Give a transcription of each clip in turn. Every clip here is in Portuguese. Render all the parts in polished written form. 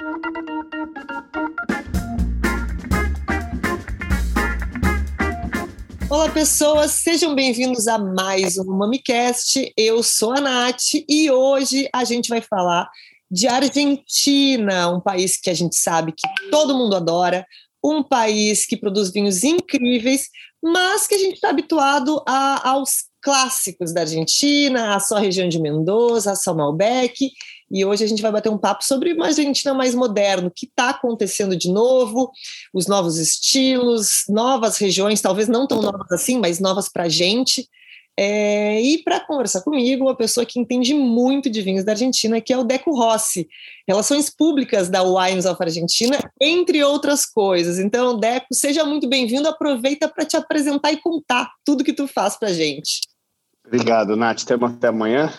Olá, pessoas, sejam bem-vindos a mais um MamiCast. Eu sou a Nath e hoje a gente vai falar de Argentina, um país que a gente sabe que todo mundo adora, um país que produz vinhos incríveis, mas que a gente está habituado aos clássicos da Argentina, a sua região de Mendoza, a sua Malbec, e hoje a gente vai bater um papo sobre uma Argentina mais moderna, o que está acontecendo de novo, os novos estilos, novas regiões, talvez não tão novas assim, mas novas para a gente. E para conversar comigo, uma pessoa que entende muito de vinhos da Argentina, que é o Deco Rossi, Relações Públicas da Wines of Argentina, entre outras coisas. Então, Deco, seja muito bem-vindo, aproveita para te apresentar e contar tudo que tu faz para a gente. Obrigado, Nath, até amanhã.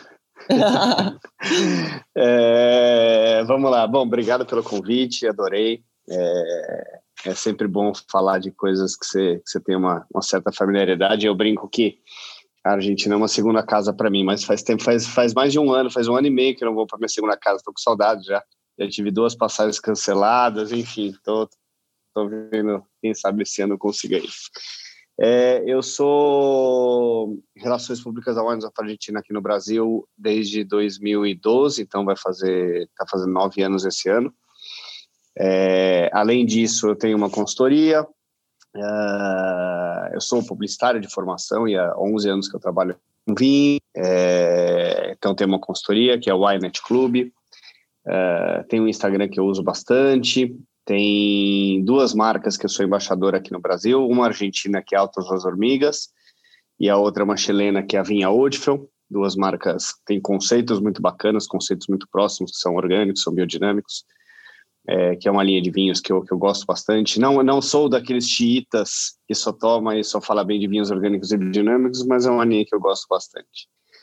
Vamos lá. Bom, obrigado pelo convite, adorei. É sempre bom falar de coisas que você tem uma certa familiaridade. Eu brinco que a Argentina é uma segunda casa para mim, mas faz tempo, faz mais de um ano, faz um ano e meio que eu não vou para minha segunda casa, estou com saudade já. Já tive 2 passagens canceladas, enfim, estou vendo, quem sabe esse ano eu consiga isso. Eu sou Relações Públicas da Wines of Argentina aqui no Brasil desde 2012, então está fazendo 9 anos esse ano. Além disso, eu tenho uma consultoria, eu sou publicitário de formação e há 11 anos que eu trabalho com vinho, então tenho uma consultoria que é o Winet Club, tem um Instagram que eu uso bastante. Tem 2 marcas que eu sou embaixador aqui no Brasil, uma argentina que é Altos das Hormigas e a outra uma chilena que é a Vinha Odfel. 2 marcas que têm conceitos muito bacanas, conceitos muito próximos, que são orgânicos, são biodinâmicos, que é uma linha de vinhos que eu gosto bastante. Não sou daqueles xiitas que só toma e só fala bem de vinhos orgânicos e biodinâmicos, mas é uma linha que eu gosto bastante.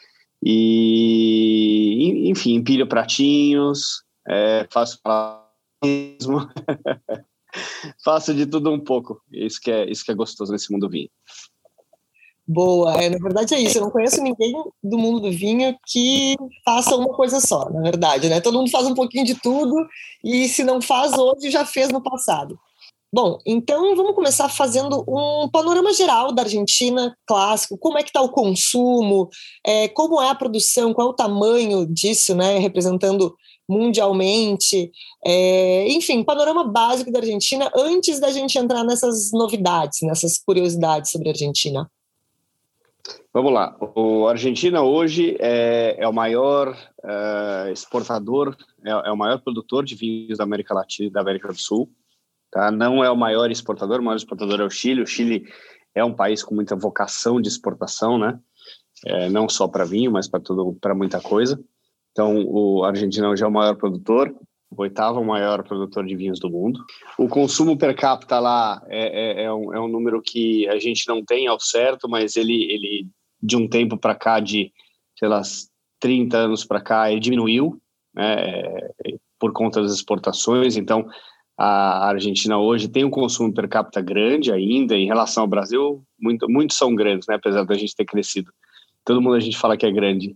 E, enfim, empilho pratinhos, faço mesmo. Faço de tudo um pouco. Isso que é gostoso nesse mundo do vinho. Boa, na verdade é isso. Eu não conheço ninguém do mundo do vinho que faça uma coisa só, na verdade, né? Todo mundo faz um pouquinho de tudo e se não faz hoje, já fez no passado. Bom, então vamos começar fazendo um panorama geral da Argentina clássico. Como é que está o consumo? Como é a produção? Qual é o tamanho disso, né? Representando mundialmente, enfim, panorama básico da Argentina antes da gente entrar nessas novidades, nessas curiosidades sobre a Argentina. Vamos lá. A Argentina hoje é o maior exportador, é o maior produtor de vinhos da América Latina e da América do Sul. Tá? Não é o maior exportador é o Chile. O Chile é um país com muita vocação de exportação, né? Não só para vinho, mas para muita coisa. Então, a Argentina hoje é o maior produtor, o 8º maior produtor de vinhos do mundo. O consumo per capita lá é um número que a gente não tem ao certo, mas ele de um tempo para cá, de, sei lá, 30 anos para cá, ele diminuiu, né, por conta das exportações. Então, a Argentina hoje tem um consumo per capita grande ainda, em relação ao Brasil, muitos são grandes, né, apesar da gente ter crescido. Todo mundo a gente fala que é grande.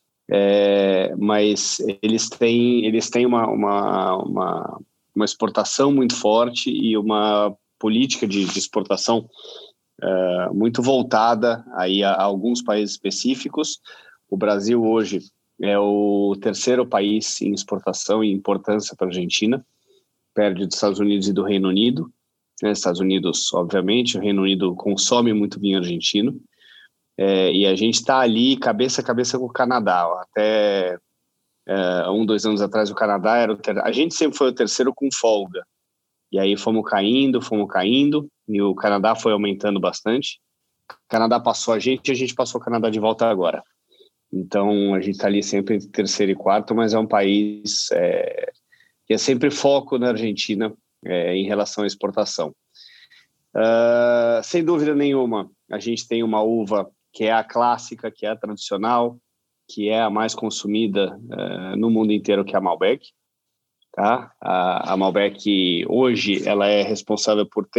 Mas eles têm uma exportação muito forte e uma política de exportação muito voltada aí a alguns países específicos. O Brasil hoje é o 3º país em exportação e importância para a Argentina, perde dos Estados Unidos e do Reino Unido. Estados Unidos, obviamente, o Reino Unido consome muito vinho argentino. E a gente está ali cabeça a cabeça com o Canadá. Até 2 anos atrás o Canadá era a gente sempre foi o 3º com folga. E aí fomos caindo, e o Canadá foi aumentando bastante. O Canadá passou a gente passou o Canadá de volta agora. Então a gente está ali sempre entre 3º e 4º, mas é um país que é sempre foco na Argentina em relação à exportação. Sem dúvida nenhuma, a gente tem uma uva que é a clássica, que é a tradicional, que é a mais consumida no mundo inteiro, que é a Malbec. Tá? A Malbec, hoje, ela é responsável por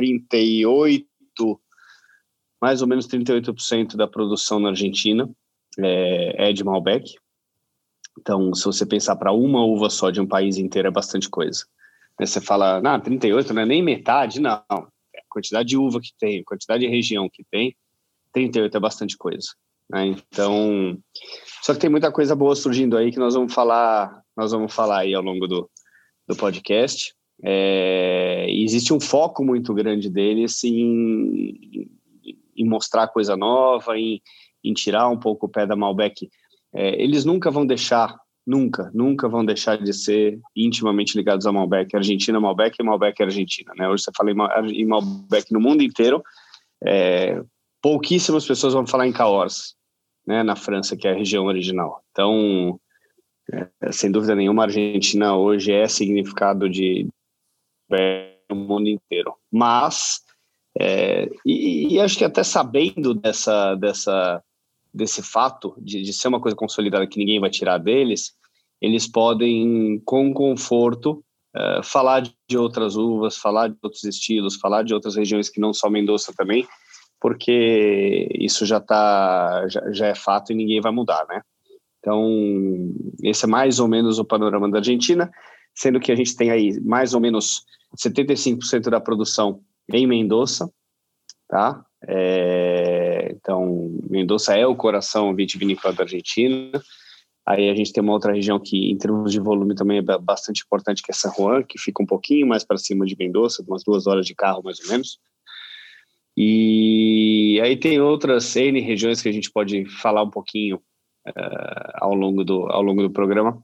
mais ou menos 38% da produção na Argentina é de Malbec. Então, se você pensar para uma uva só de um país inteiro, é bastante coisa. Você fala, 38 não é nem metade, não. É a quantidade de uva que tem, a quantidade de região que tem, 38 é bastante coisa, né? Então, só que tem muita coisa boa surgindo aí que nós vamos falar aí ao longo do podcast. Existe um foco muito grande deles em mostrar coisa nova, em tirar um pouco o pé da Malbec. Eles nunca vão deixar vão deixar de ser intimamente ligados à Malbec. Argentina, Malbec e Malbec Argentina, né? Hoje você fala em Malbec no mundo inteiro, pouquíssimas pessoas vão falar em Cahors, né? Na França, que é a região original. Então, sem dúvida nenhuma, a Argentina hoje é significado de no mundo inteiro. Mas, e acho que até sabendo desse fato de ser uma coisa consolidada que ninguém vai tirar deles, eles podem, com conforto, falar de outras uvas, falar de outros estilos, falar de outras regiões que não só Mendoza também, porque isso já é fato e ninguém vai mudar, né? Então, esse é mais ou menos o panorama da Argentina, sendo que a gente tem aí mais ou menos 75% da produção em Mendoza, tá? Então, Mendoza é o coração vitivinícola da Argentina. Aí a gente tem uma outra região que, em termos de volume, também é bastante importante, que é San Juan, que fica um pouquinho mais para cima de Mendoza, umas 2 horas de carro, mais ou menos. E aí tem outras N regiões que a gente pode falar um pouquinho ao longo do programa.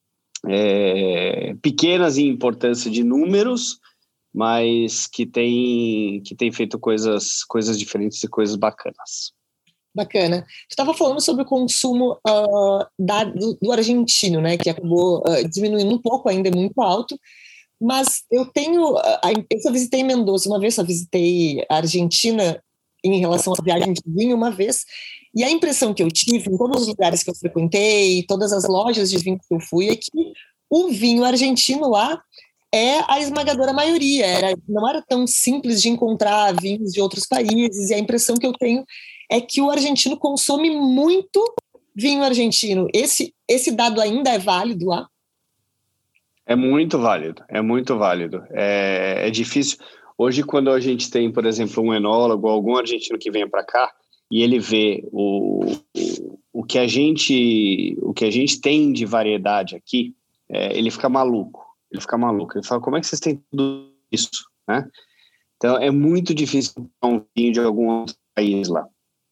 Pequenas em importância de números, mas que tem feito coisas diferentes e coisas bacanas. Bacana. Você estava falando sobre o consumo do argentino, né, que acabou diminuindo um pouco, ainda é muito alto, mas eu só visitei Mendoza uma vez, só visitei a Argentina em relação à viagem de vinho uma vez, e a impressão que eu tive em todos os lugares que eu frequentei, todas as lojas de vinho que eu fui, é que o vinho argentino lá é a esmagadora maioria. Não era tão simples de encontrar vinhos de outros países, e a impressão que eu tenho é que o argentino consome muito vinho argentino. Esse dado ainda é válido lá? É muito válido, é muito válido. É difícil. Hoje, quando a gente tem, por exemplo, um enólogo, algum argentino que venha para cá, e ele vê o que a gente tem de variedade aqui, ele fica maluco. Ele fala, como é que vocês têm tudo isso, né? Então, é muito difícil comprar um vinho de algum outro país lá.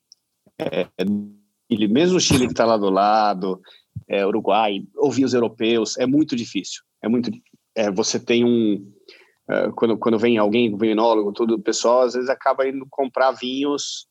Mesmo o Chile que está lá do lado, Uruguai, ou vinhos europeus, é muito difícil. Você tem quando vem alguém, um enólogo, tudo, o pessoal às vezes acaba indo comprar vinhos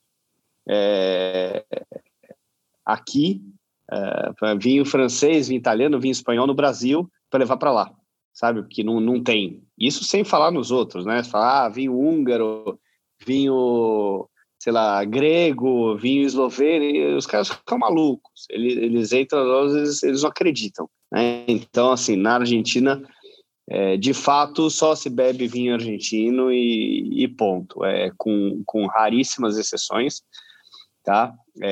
aqui, vinho francês, vinho italiano, vinho espanhol no Brasil, para levar para lá, sabe? Porque não tem. Isso sem falar nos outros, né? Falar vinho húngaro, vinho, sei lá, grego, vinho esloveno, os caras ficam malucos. Eles entram, às vezes eles não acreditam, né? Então, assim, na Argentina, de fato, só se bebe vinho argentino e ponto. Com raríssimas exceções, tá?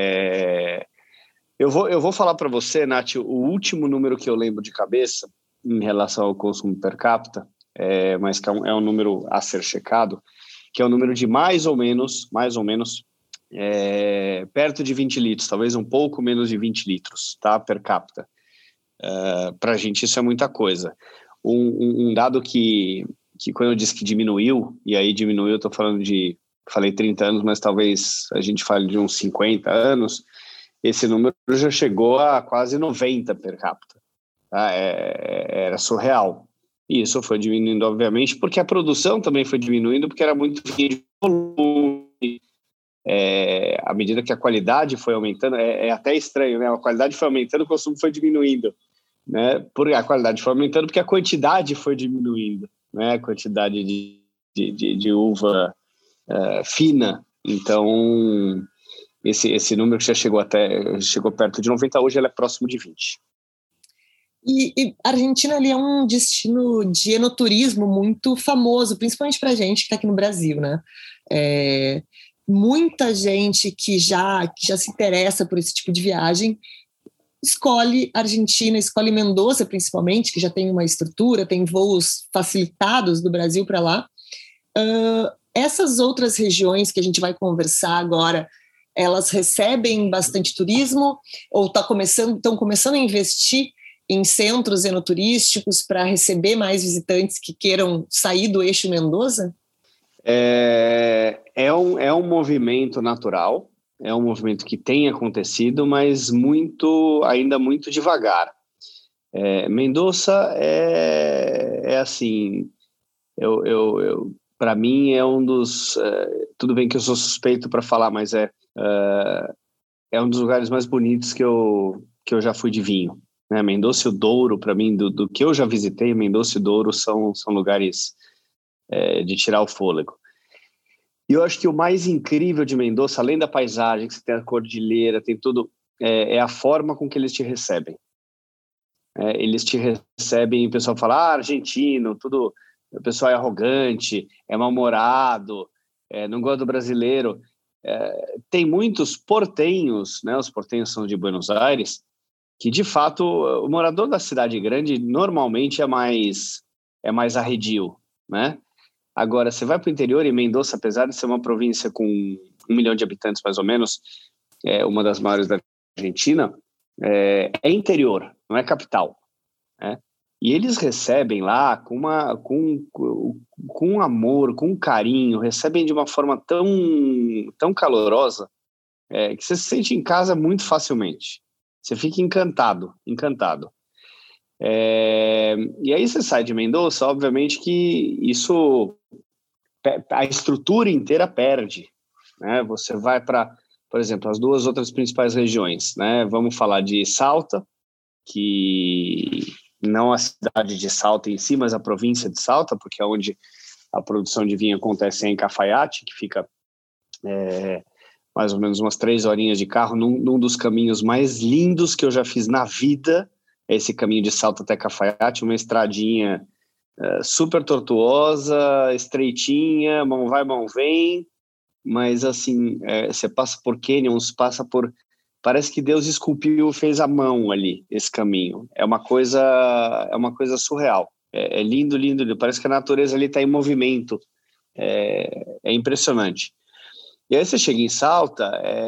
Eu vou falar para você, Nath, o último número que eu lembro de cabeça em relação ao consumo per capita, mas que é um número a ser checado, que é um número de mais ou menos, perto de 20 litros, talvez um pouco menos de 20 litros, tá, per capita. Para a gente isso é muita coisa. Um dado que quando eu disse que diminuiu, e aí diminuiu, eu estou falando falei 30 anos, mas talvez a gente fale de uns 50 anos, esse número já chegou a quase 90 per capita. Tá? Era surreal. E isso foi diminuindo, obviamente, porque a produção também foi diminuindo, porque era muito vinho de volume. À medida que a qualidade foi aumentando, é até estranho, né? A qualidade foi aumentando, o consumo foi diminuindo. Né? A qualidade foi aumentando porque a quantidade foi diminuindo, né? A quantidade de uva fina. Então, esse número que já chegou perto de 90, hoje ele é próximo de 20. E a Argentina ali é um destino de enoturismo muito famoso, principalmente para a gente que está aqui no Brasil, né? Muita gente que já se interessa por esse tipo de viagem escolhe Argentina, escolhe Mendoza principalmente, que já tem uma estrutura, tem voos facilitados do Brasil para lá. Essas outras regiões que a gente vai conversar agora, elas recebem bastante turismo ou estão começando a investir em centros enoturísticos para receber mais visitantes que queiram sair do eixo Mendoza? É um movimento natural, é um movimento que tem acontecido, mas ainda muito devagar. Mendoza é assim, para mim é um dos... tudo bem que eu sou suspeito para falar, mas é um dos lugares mais bonitos que eu já fui de vinho. Né? Mendoza e o Douro, para mim, do que eu já visitei, Mendoza e o Douro são lugares de tirar o fôlego. E eu acho que o mais incrível de Mendoza, além da paisagem, que você tem a cordilheira, tem tudo, é a forma com que eles te recebem. Eles te recebem, o pessoal fala, argentino, tudo, o pessoal é arrogante, é mal-humorado, não gosta do brasileiro. Tem muitos portenhos, né? Os portenhos são de Buenos Aires, que de fato o morador da cidade grande normalmente é mais arredio, né? Agora, você vai para o interior, e Mendoza, apesar de ser uma província com 1 milhão de habitantes mais ou menos, uma das maiores da Argentina, é interior, não é capital, né? E eles recebem lá com amor, com carinho, recebem de uma forma tão calorosa, que você se sente em casa muito facilmente. Você fica encantado. E aí você sai de Mendoza, obviamente que isso, a estrutura inteira perde, né? Você vai para, por exemplo, as 2 outras principais regiões, né? Vamos falar de Salta, que não a cidade de Salta em si, mas a província de Salta, porque é onde a produção de vinho acontece em Cafayate, que fica mais ou menos umas 3 horinhas de carro, num dos caminhos mais lindos que eu já fiz na vida, esse caminho de Salta até Cafayate, uma estradinha super tortuosa, estreitinha, mão vai, mão vem, mas assim, você passa por canyons, parece que Deus esculpiu, fez à mão ali, esse caminho. É uma coisa surreal. É lindo, lindo, lindo. Parece que a natureza ali está em movimento. É impressionante. E aí você chega em Salta,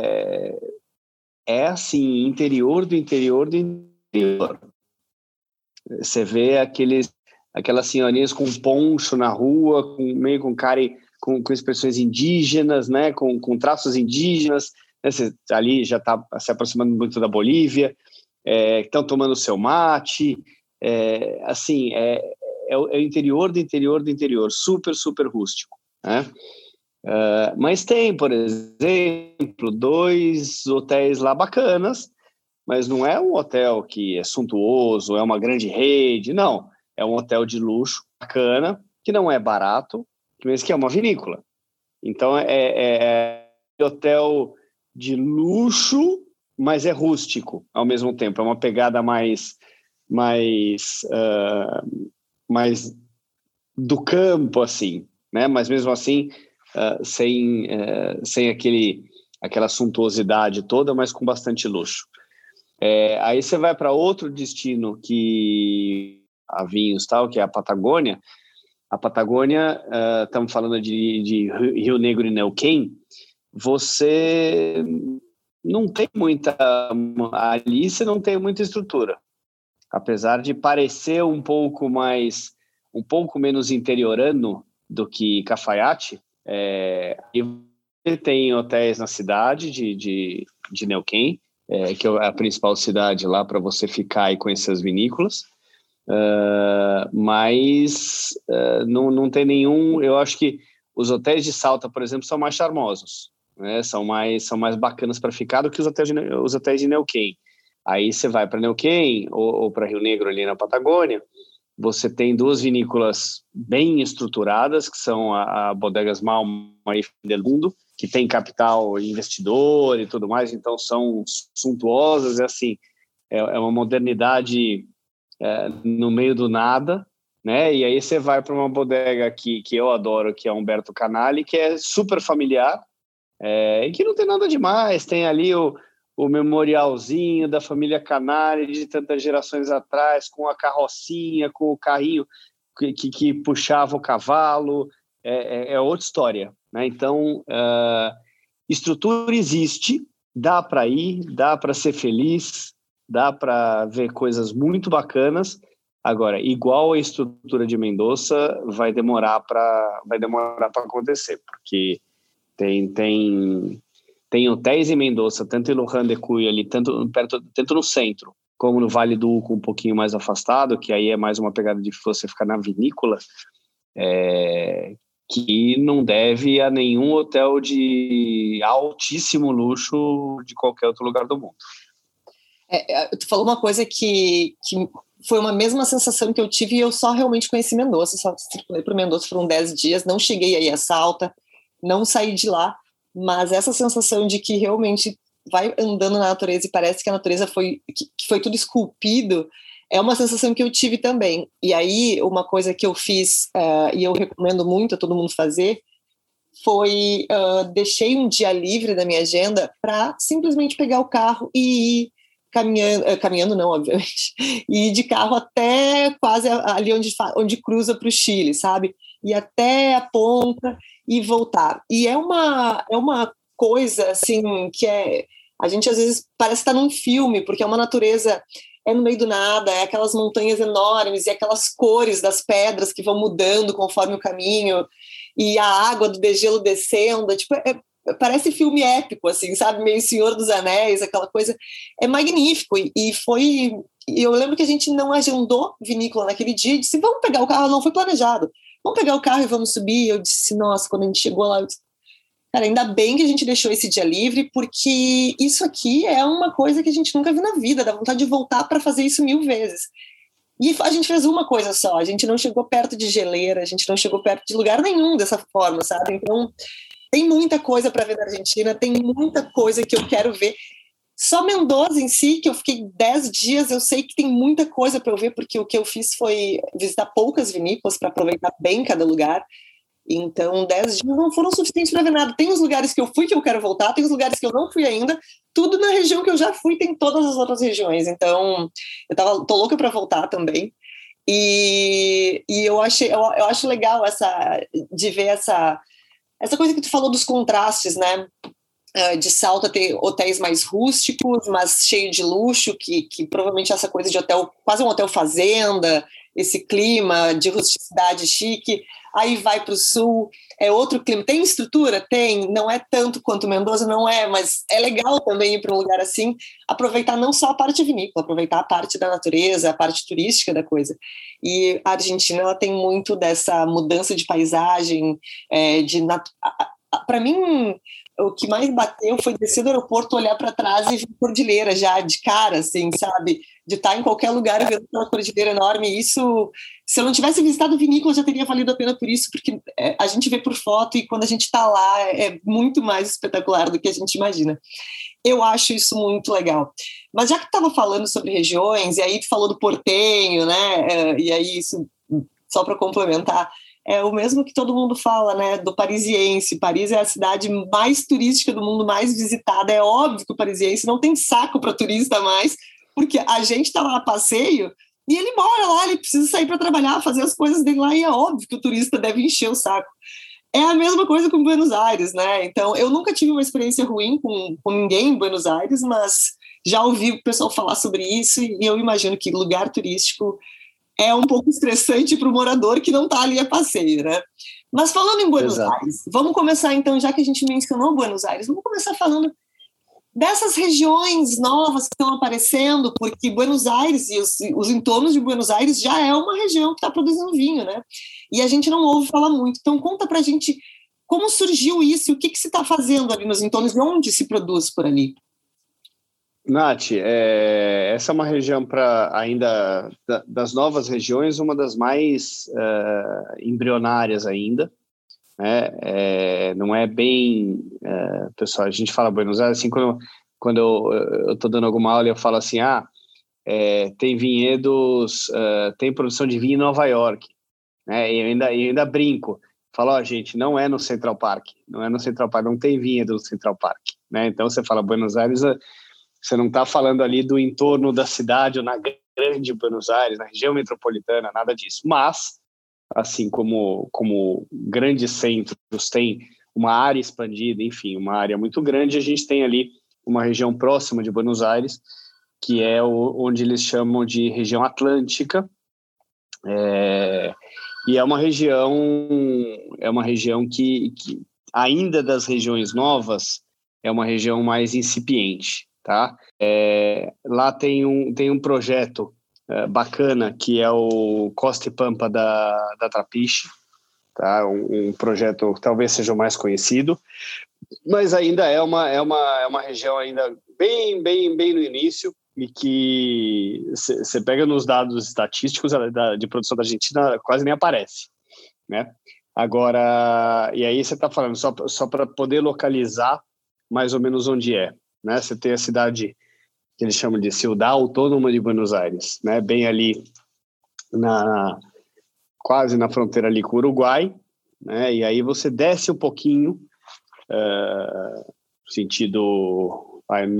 assim, interior do interior do interior. Você vê aquelas senhorinhas com poncho na rua, meio com cara, com expressões indígenas, né? Com traços indígenas. Né? Você ali já está se aproximando muito da Bolívia, estão tomando seu mate. Assim, é o interior do interior do interior, super, super rústico, né? Mas tem, por exemplo, 2 hotéis lá bacanas, mas não é um hotel que é suntuoso, é uma grande rede, não. É um hotel de luxo bacana, que não é barato, mas que é uma vinícola. Então, é hotel de luxo, mas é rústico ao mesmo tempo. É uma pegada mais do campo, assim, né? Mas mesmo assim, sem aquela suntuosidade toda, mas com bastante luxo. Aí você vai para outro destino que há vinhos, tal, que é a Patagônia. A Patagônia, estamos falando de Rio Negro e Neuquén, você não tem ali você não tem muita estrutura. Apesar de parecer um pouco menos interiorano do que Cafayate, e você tem hotéis na cidade de Neuquén, que é a principal cidade lá para você ficar e conhecer as vinícolas, mas não tem nenhum. Eu acho que os hotéis de Salta, por exemplo, são mais charmosos, né? São mais bacanas para ficar do que os hotéis de Neuquén. Aí você vai para Neuquén ou para Rio Negro ali na Patagônia, você tem 2 vinícolas bem estruturadas, que são a Bodegas Malma e Del Mundo, que tem capital investidor e tudo mais, então são suntuosas, assim, é uma modernidade no meio do nada, né? E aí você vai para uma bodega que eu adoro, que é Umberto Canali, que é super familiar, e que não tem nada demais, tem ali o memorialzinho da família Canário de tantas gerações atrás, com a carrocinha, com o carrinho que puxava o cavalo, é outra história, né? Então, estrutura existe, dá para ir, dá para ser feliz, dá para ver coisas muito bacanas. Agora, igual a estrutura de Mendoza, vai demorar para acontecer, porque tem hotéis em Mendoza, tanto em Luján de Cuyo ali, tanto no centro, como no Vale do Uco, um pouquinho mais afastado, que aí é mais uma pegada de você ficar na vinícola, que não deve a nenhum hotel de altíssimo luxo de qualquer outro lugar do mundo. Tu falou uma coisa que foi uma mesma sensação que eu tive, e eu só realmente conheci Mendoza, só circulei por Mendoza, foram 10 dias, não cheguei aí a Salta, não saí de lá, mas essa sensação de que realmente vai andando na natureza e parece que a natureza foi tudo esculpido, é uma sensação que eu tive também. E aí, uma coisa que eu fiz, e eu recomendo muito a todo mundo fazer, foi, deixei um dia livre da minha agenda para simplesmente pegar o carro e ir caminhando não, obviamente, e ir de carro até quase ali onde cruza para o Chile, sabe? Ir até a ponta e voltar. E é uma coisa, assim, que a gente às vezes parece estar num filme, porque é uma natureza, é no meio do nada, é aquelas montanhas enormes e aquelas cores das pedras que vão mudando conforme o caminho, e a água do degelo descendo, tipo, parece filme épico, assim, sabe? Meio Senhor dos Anéis, aquela coisa. É magnífico. E eu lembro que a gente não agendou vinícola naquele dia e disse, vamos pegar o carro, não foi planejado. Vamos pegar o carro e vamos subir. Eu disse, nossa, quando a gente chegou lá, eu disse, cara, ainda bem que a gente deixou esse dia livre, porque isso aqui é uma coisa que a gente nunca viu na vida, dá vontade de voltar para fazer isso 1000 vezes. E a gente fez uma coisa só, a gente não chegou perto de geleira, a gente não chegou perto de lugar nenhum dessa forma, sabe? Então, tem muita coisa para ver na Argentina, tem muita coisa que eu quero ver. Só Mendoza em si, que eu fiquei 10 dias, eu sei que tem muita coisa para eu ver, porque o que eu fiz foi visitar poucas vinícolas para aproveitar bem cada lugar. Então, 10 dias não foram suficientes para ver nada. Tem os lugares que eu fui que eu quero voltar, tem os lugares que eu não fui ainda, tudo na região que eu já fui, tem todas as outras regiões. Então, tô louca para voltar também. E eu acho legal de ver essa coisa que tu falou dos contrastes, né? De Salta ter hotéis mais rústicos, mas cheio de luxo, que provavelmente essa coisa de hotel, quase um hotel fazenda, esse clima de rusticidade chique. Aí vai para o sul, é outro clima. Tem estrutura? Tem, não é tanto quanto Mendoza, não é, mas é legal também ir para um lugar assim, aproveitar não só a parte vinícola, aproveitar a parte da natureza, a parte turística da coisa. E a Argentina, ela tem muito dessa mudança de paisagem, para mim, o que mais bateu foi descer do aeroporto, olhar para trás e ver cordilheira já de cara, assim, sabe? De estar em qualquer lugar vendo aquela cordilheira enorme. Isso, se eu não tivesse visitado vinícola, já teria valido a pena por isso, porque a gente vê por foto e quando a gente está lá é muito mais espetacular do que a gente imagina. Eu acho isso muito legal. Mas já que estava falando sobre regiões, e aí tu falou do portenho, né? E aí isso, só para complementar, é o mesmo que todo mundo fala, né, do parisiense. Paris é a cidade mais turística do mundo, mais visitada. É óbvio que o parisiense não tem saco para turista mais, porque a gente está lá a passeio e ele mora lá, ele precisa sair para trabalhar, fazer as coisas dele lá, e é óbvio que o turista deve encher o saco. É a mesma coisa com Buenos Aires, né? Então, eu nunca tive uma experiência ruim com ninguém em Buenos Aires, mas já ouvi o pessoal falar sobre isso e eu imagino que lugar turístico é um pouco estressante para o morador que não está ali a passeio, né? Mas falando em Buenos Aires, vamos começar então, já que a gente mencionou Buenos Aires, vamos começar falando dessas regiões novas que estão aparecendo, porque Buenos Aires e os entornos de Buenos Aires já é uma região que está produzindo vinho, né? E a gente não ouve falar muito. Então conta para a gente como surgiu isso, o que se está fazendo ali nos entornos e onde se produz por ali. Nath, essa é uma região ainda das novas regiões, uma das mais embrionárias ainda, né? Não é bem, pessoal, a gente fala Buenos Aires, assim, quando eu estou dando alguma aula, eu falo assim, tem vinhedos, tem produção de vinho em Nova York, né? E eu ainda brinco, falo, gente, não é no Central Park, não tem vinhedo no Central Park, né? Então você fala Buenos Aires, Você não está falando ali do entorno da cidade ou na grande Buenos Aires, na região metropolitana, nada disso. Mas, assim como grandes centros têm uma área expandida, enfim, uma área muito grande, a gente tem ali uma região próxima de Buenos Aires, que é onde eles chamam de região atlântica, e é uma região que ainda das regiões novas, é uma região mais incipiente, tá? Lá tem um projeto bacana, que é o Costa e Pampa da Trapiche, tá? Um projeto que talvez seja o mais conhecido, mas ainda é uma região ainda bem no início, e que você pega nos dados estatísticos de produção da Argentina, quase nem aparece, né? Agora, e aí você está falando só para poder localizar mais ou menos onde é, né? Você tem a cidade que eles chamam de Ciudad Autônoma de Buenos Aires, né? Bem ali quase na fronteira ali com o Uruguai, né? E aí você desce um pouquinho, sentido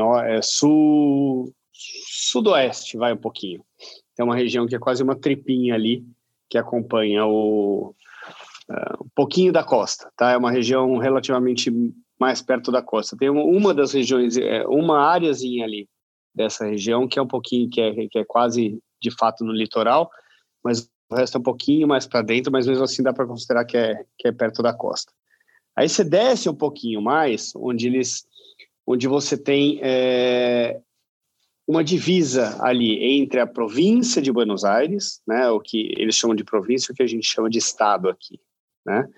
sudoeste, vai um pouquinho. Tem uma região que é quase uma tripinha ali, que acompanha um pouquinho da costa, tá? É uma região relativamente mais perto da costa. Tem uma das regiões, uma áreazinha ali dessa região que é um pouquinho, que é quase de fato no litoral, mas o resto é um pouquinho mais para dentro, mas mesmo assim dá para considerar que é perto da costa. Aí você desce um pouquinho mais, onde você tem uma divisa ali entre a província de Buenos Aires, né, o que eles chamam de província, o que a gente chama de estado aqui, né,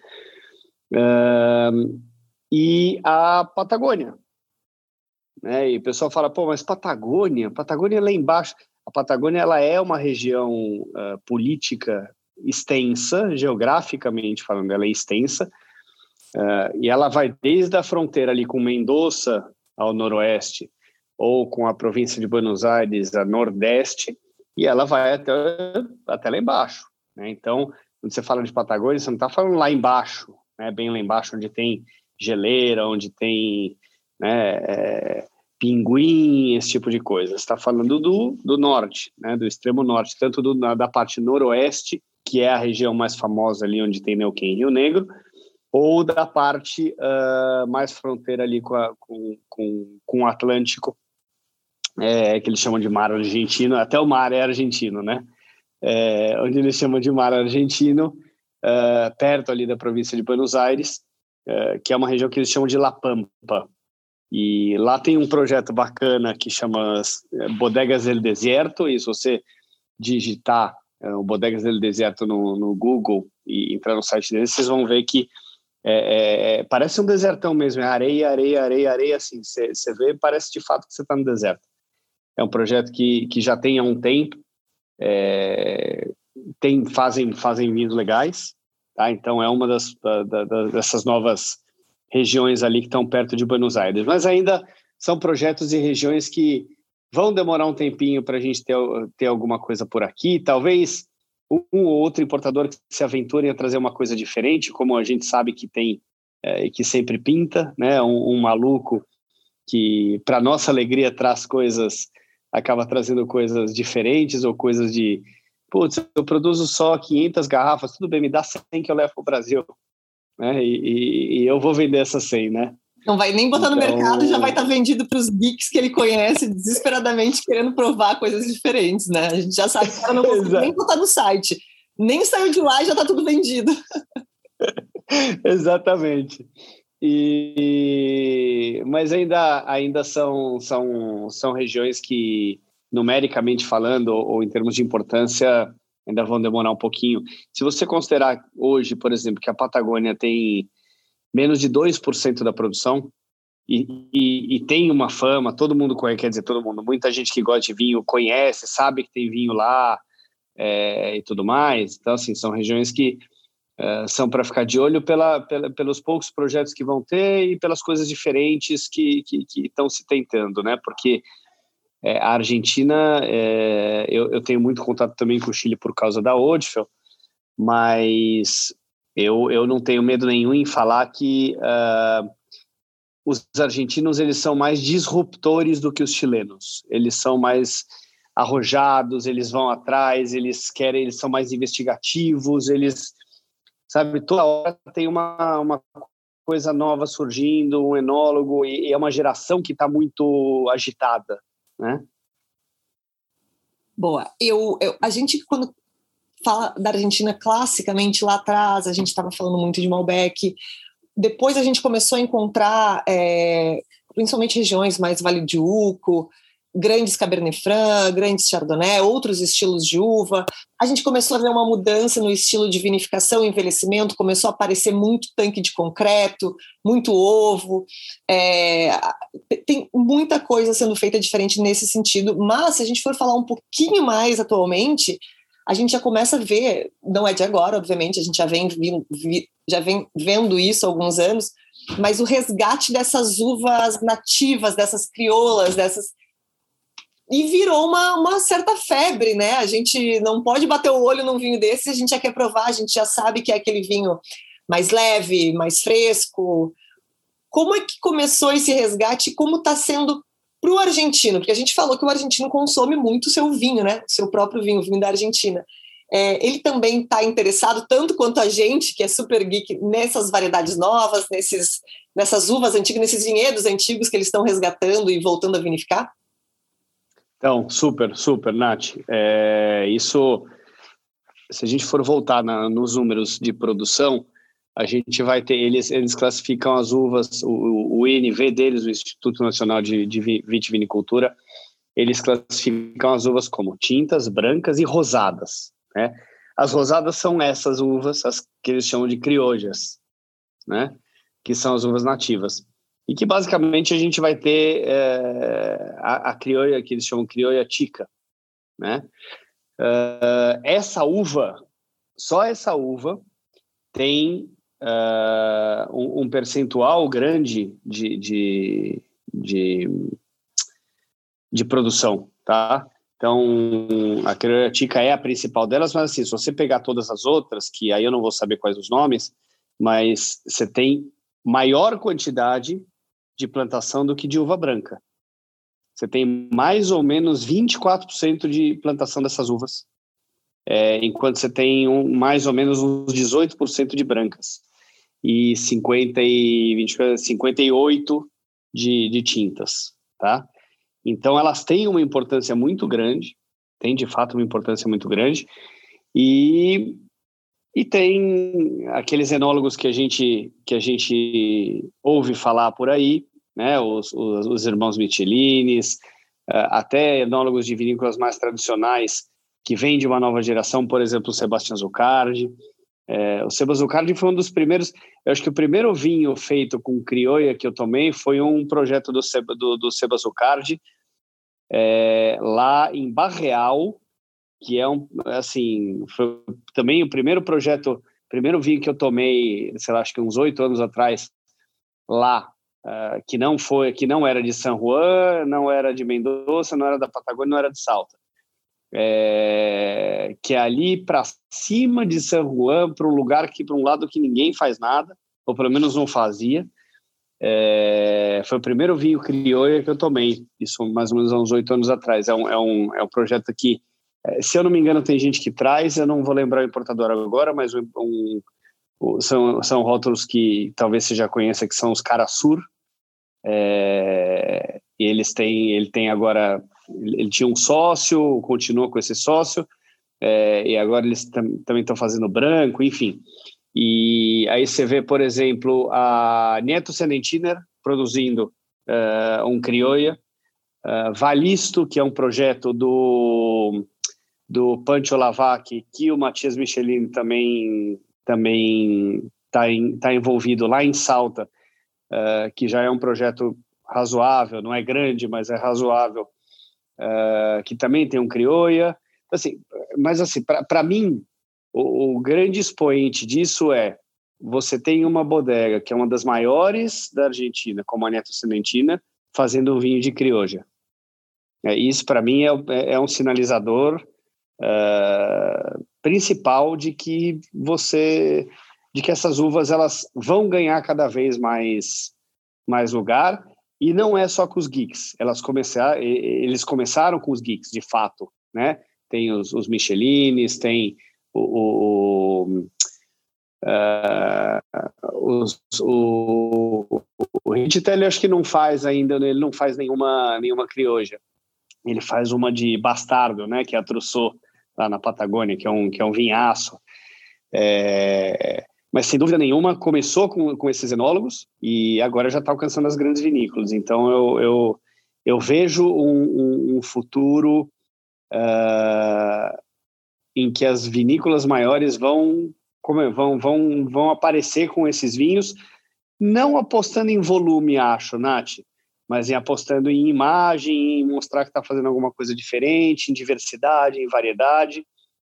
e a Patagônia, né, e o pessoal fala, pô, mas Patagônia é lá embaixo. A Patagônia, ela é uma região política extensa, geograficamente falando, ela é extensa, e ela vai desde a fronteira ali com Mendoza ao noroeste, ou com a província de Buenos Aires a nordeste, e ela vai até lá embaixo, né? Então, quando você fala de Patagônia, você não está falando lá embaixo, né? Bem lá embaixo, onde tem geleira, onde tem, né, pinguim, esse tipo de coisa. Você está falando do norte, né? Do extremo norte, tanto da parte noroeste, que é a região mais famosa ali, onde tem Neuquén e Rio Negro, ou da parte mais fronteira ali com o Atlântico, que eles chamam de mar argentino, até o mar é argentino, né? Onde eles chamam de mar argentino, perto ali da província de Buenos Aires, que é uma região que eles chamam de La Pampa. E lá tem um projeto bacana que chama Bodegas del Desierto, e se você digitar o Bodegas del Desierto no Google e entrar no site deles, vocês vão ver que parece um desertão mesmo, é areia, assim, você vê, parece de fato que você está no deserto. É um projeto que já tem há um tempo, fazem vinhos legais, tá? Então é uma dessas novas regiões ali que estão perto de Buenos Aires, mas ainda são projetos e regiões que vão demorar um tempinho para a gente ter alguma coisa por aqui, talvez um ou outro importador que se aventure a trazer uma coisa diferente, como a gente sabe que tem, que sempre pinta, né? Um maluco que, para nossa alegria, acaba trazendo coisas diferentes, ou coisas de, putz, eu produzo só 500 garrafas, tudo bem, me dá 100 que eu levo para o Brasil, né? E eu vou vender essas 100, né? Não vai nem botar no mercado, já vai estar vendido para os geeks que ele conhece, desesperadamente querendo provar coisas diferentes, né? A gente já sabe que o cara não consegue nem botar no site. Nem saiu de lá e já está tudo vendido. Exatamente. Mas ainda são regiões que, numericamente falando, ou em termos de importância, ainda vão demorar um pouquinho. Se você considerar hoje, por exemplo, que a Patagônia tem menos de 2% da produção e tem uma fama, todo mundo conhece, quer dizer, todo mundo, muita gente que gosta de vinho conhece, sabe que tem vinho lá e tudo mais. Então, assim, são regiões que são para ficar de olho pelos poucos projetos que vão ter e pelas coisas diferentes que estão se tentando, né? Porque a Argentina, eu tenho muito contato também com o Chile por causa da Odfjell, mas eu não tenho medo nenhum em falar que os argentinos eles são mais disruptores do que os chilenos. Eles são mais arrojados, eles vão atrás, eles são mais investigativos, eles, sabe, toda hora tem uma coisa nova surgindo, um enólogo, e é uma geração que está muito agitada, né? Boa. A gente, quando fala da Argentina classicamente lá atrás, a gente estava falando muito de Malbec. Depois a gente começou a encontrar, principalmente regiões mais Vale de Uco, grandes Cabernet Franc, grandes Chardonnay, outros estilos de uva. A gente começou a ver uma mudança no estilo de vinificação e envelhecimento, começou a aparecer muito tanque de concreto, muito ovo. Tem muita coisa sendo feita diferente nesse sentido, mas se a gente for falar um pouquinho mais atualmente, a gente já começa a ver, não é de agora, obviamente, a gente já vem vendo isso há alguns anos, mas o resgate dessas uvas nativas, dessas crioulas, e virou uma certa febre, né? A gente não pode bater o olho num vinho desse, a gente já quer provar, a gente já sabe que é aquele vinho mais leve, mais fresco. Como é que começou esse resgate e como está sendo para o argentino? Porque a gente falou que o argentino consome muito o seu vinho, né? O seu próprio vinho, o vinho da Argentina. Ele também está interessado, tanto quanto a gente, que é super geek, nessas variedades novas, nessas uvas antigas, nesses vinhedos antigos que eles estão resgatando e voltando a vinificar? Então, super, Nath. Isso, se a gente for voltar nos números de produção, a gente vai ter, eles classificam as uvas, o INV deles, o Instituto Nacional de Vitivinicultura, eles classificam as uvas como tintas, brancas e rosadas, né? As rosadas são essas uvas, as que eles chamam de criollas, né? Que são as uvas nativas. E que basicamente a gente vai ter a criolla, que eles chamam criolla chica, né? Só essa uva tem um percentual grande de produção, tá? Então, a criolla chica é a principal delas, mas assim, se você pegar todas as outras, que aí eu não vou saber quais os nomes, mas você tem maior quantidade de plantação do que de uva branca. Você tem mais ou menos 24% de plantação dessas uvas, enquanto você tem mais ou menos uns 18% de brancas e 58% de tintas, tá? Então, elas têm uma importância muito grande, tem de fato uma importância muito grande, e tem aqueles enólogos que a gente ouve falar por aí, né? Os irmãos Michelinis, até enólogos de vinícolas mais tradicionais que vêm de uma nova geração, por exemplo, o Sebastião Zucardi. O Sebastião Zucardi foi um dos primeiros, eu acho que o primeiro vinho feito com criolla que eu tomei foi um projeto do Sebastião Zucardi, lá em Barreal, que foi também o primeiro vinho que eu tomei, sei lá, acho que uns 8 anos atrás, lá, que não era de San Juan, não era de Mendoza, não era da Patagônia, não era de Salta. Que é ali para cima de San Juan, para um lado que ninguém faz nada, ou pelo menos não fazia. Foi o primeiro vinho criolla que eu tomei, isso mais ou menos há uns 8 anos atrás. É um projeto que, se eu não me engano, tem gente que traz, eu não vou lembrar o importador agora, mas são rótulos que talvez você já conheça, que são os Carasur. E ele tem agora, ele tinha um sócio, continua com esse sócio, e agora eles também estão fazendo branco, enfim. E aí você vê, por exemplo, a Nieto Senentiner produzindo um criolla, Valisto, que é um projeto do Pancho Lavac, que o Matias Michelin também está envolvido lá em Salta, que já é um projeto razoável, não é grande, mas é razoável, que também tem um criolla. Assim, mas assim, para mim, o grande expoente disso você tem uma bodega que é uma das maiores da Argentina, como a Nieto Sementina, fazendo um vinho de criolla. Isso, para mim, é um sinalizador principal de que essas uvas elas vão ganhar cada vez mais mais lugar, e não é só com os geeks. Eles começaram com os geeks, de fato, né? Tem os Michelines, tem o Richter, ele acho que não faz ainda, ele não faz nenhuma crioja. Ele faz uma de bastardo, né? Que é a Trousseau, lá na Patagônia, que é um vinhaço. Mas, sem dúvida nenhuma, começou com esses enólogos e agora já está alcançando as grandes vinícolas. Então, eu vejo um futuro em que as vinícolas maiores vão aparecer com esses vinhos, não apostando em volume, acho, Nath, mas apostando em imagem, em mostrar que está fazendo alguma coisa diferente, em diversidade, em variedade.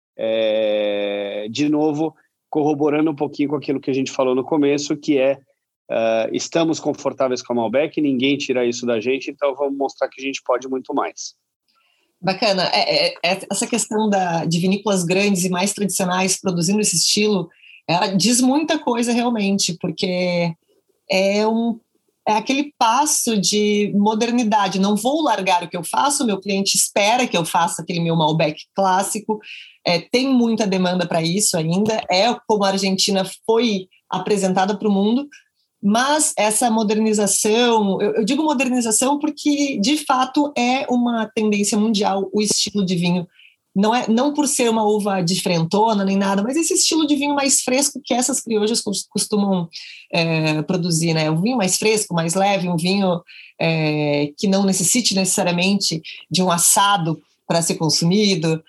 De novo, corroborando um pouquinho com aquilo que a gente falou no começo, que estamos confortáveis com a Malbec, ninguém tira isso da gente, então vamos mostrar que a gente pode muito mais. Bacana. Essa questão de vinícolas grandes e mais tradicionais produzindo esse estilo, ela diz muita coisa realmente, porque é aquele passo de modernidade. Não vou largar o que eu faço, o meu cliente espera que eu faça aquele meu Malbec clássico, tem muita demanda para isso ainda, como a Argentina foi apresentada para o mundo, mas essa modernização, eu digo modernização porque, de fato, é uma tendência mundial o estilo de vinho. Não por ser uma uva diferentona nem nada, mas esse estilo de vinho mais fresco que essas criojas costumam produzir, né? Um vinho mais fresco, mais leve, um vinho que não necessite necessariamente de um assado para ser consumido.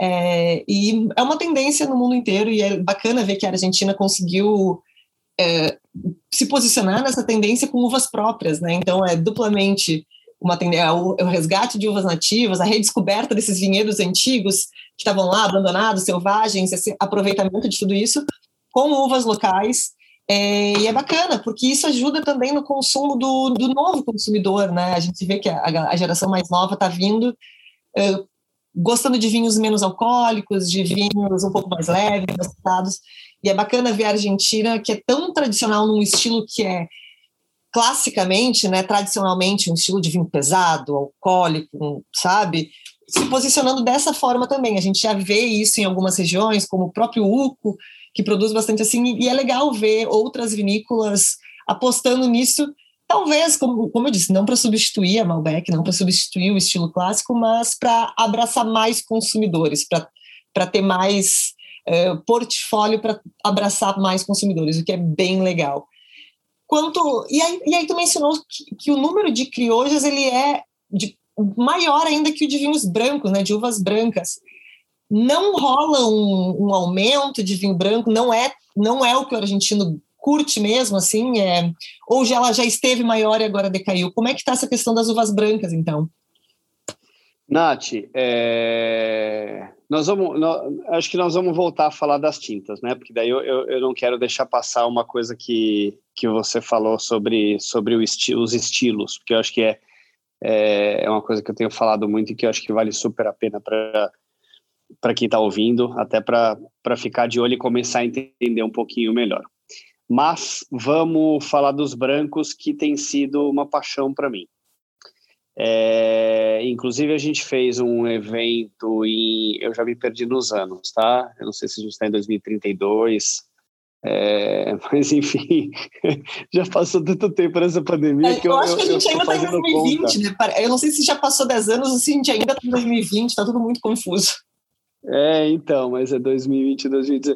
E é uma tendência no mundo inteiro e é bacana ver que a Argentina conseguiu se posicionar nessa tendência com uvas próprias, né? Então é duplamente uma tendência, o resgate de uvas nativas, a redescoberta desses vinhedos antigos que estavam lá abandonados, selvagens, esse aproveitamento de tudo isso com uvas locais. E é bacana, porque isso ajuda também no consumo do novo consumidor, né? A gente vê que a geração mais nova está vindo gostando de vinhos menos alcoólicos, de vinhos um pouco mais leves, adoçados. E é bacana ver a Argentina, que é tão tradicional num estilo que é classicamente, né, tradicionalmente, um estilo de vinho pesado, alcoólico, sabe? Se posicionando dessa forma também. A gente já vê isso em algumas regiões, como o próprio Uco, que produz bastante assim, e é legal ver outras vinícolas apostando nisso, talvez, como eu disse, não para substituir a Malbec, não para substituir o estilo clássico, mas para abraçar mais consumidores, para ter mais portfólio, para abraçar mais consumidores, o que é bem legal. E aí tu mencionou que o número de criojas ele é maior ainda que o de vinhos brancos, né, de uvas brancas. Não rola um aumento de vinho branco, não é o que o argentino curte mesmo, assim, ou ela já esteve maior e agora decaiu? Como é que está essa questão das uvas brancas, então? Nath, acho que nós vamos voltar a falar das tintas, né? Porque daí eu não quero deixar passar uma coisa que você falou sobre os estilos, porque eu acho que é uma coisa que eu tenho falado muito e que eu acho que vale super a pena para quem está ouvindo, até para ficar de olho e começar a entender um pouquinho melhor. Mas vamos falar dos brancos, que tem sido uma paixão para mim. Inclusive a gente fez um evento eu já me perdi nos anos, tá? Eu não sei se a gente está em 2032, mas enfim, já passou tanto tempo nessa pandemia que eu acho que a gente ainda está em 2020, né? Eu não sei se já passou 10 anos ou se a gente ainda está em 2020, está tudo muito confuso. Então, mas é 2020,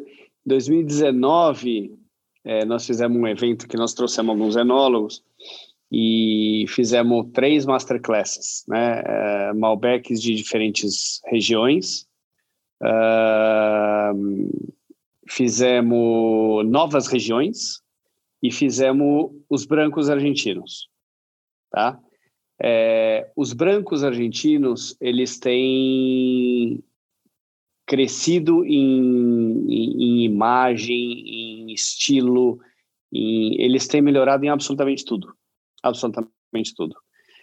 2019, nós fizemos um evento que nós trouxemos alguns enólogos e fizemos 3 masterclasses, né? Malbecs de diferentes regiões, fizemos novas regiões e fizemos os brancos argentinos, tá? Os brancos argentinos, eles têm crescido em imagem, em estilo, eles têm melhorado em absolutamente tudo. Absolutamente tudo.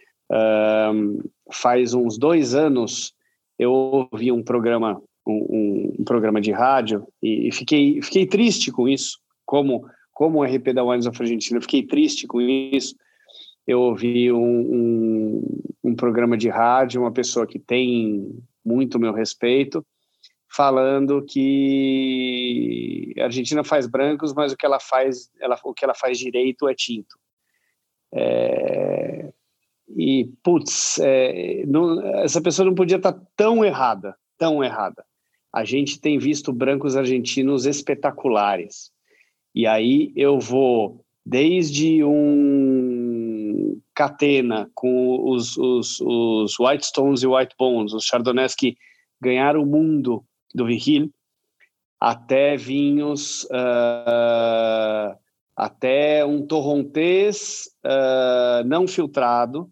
Faz uns 2 anos eu ouvi um programa de rádio e fiquei triste com isso, como o RP da Wines of Argentina, fiquei triste com isso, eu ouvi um programa de rádio, uma pessoa que tem muito meu respeito, falando que a Argentina faz brancos, mas o que ela faz direito é tinto. E, putz, essa pessoa não podia estar tão errada. A gente tem visto brancos argentinos espetaculares. E aí eu vou desde um Catena com os White Stones e White Bones, os Chardonnays que ganharam o mundo do Virgil, até vinhos, até um Torrontés não filtrado,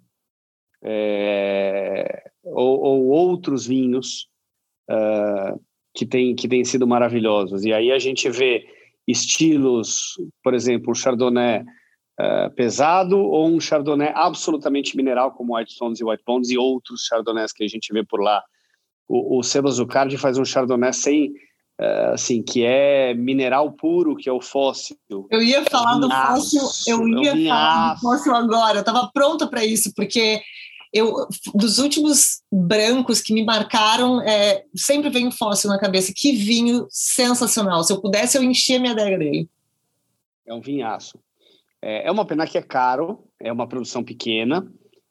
ou outros vinhos que têm sido maravilhosos. E aí a gente vê estilos, por exemplo, um Chardonnay pesado ou um Chardonnay absolutamente mineral, como White Stones e White Bones e outros Chardonnays que a gente vê por lá. O Seba Zucardi faz um Chardonnay assim, que é mineral puro, que é o fóssil. Eu ia falar do fóssil agora, eu estava pronta para isso, porque dos últimos brancos que me marcaram, sempre vem o fóssil na cabeça. Que vinho sensacional. Se eu pudesse, eu enchia minha adega dele. É um vinhaço. É uma pena que é caro, é uma produção pequena.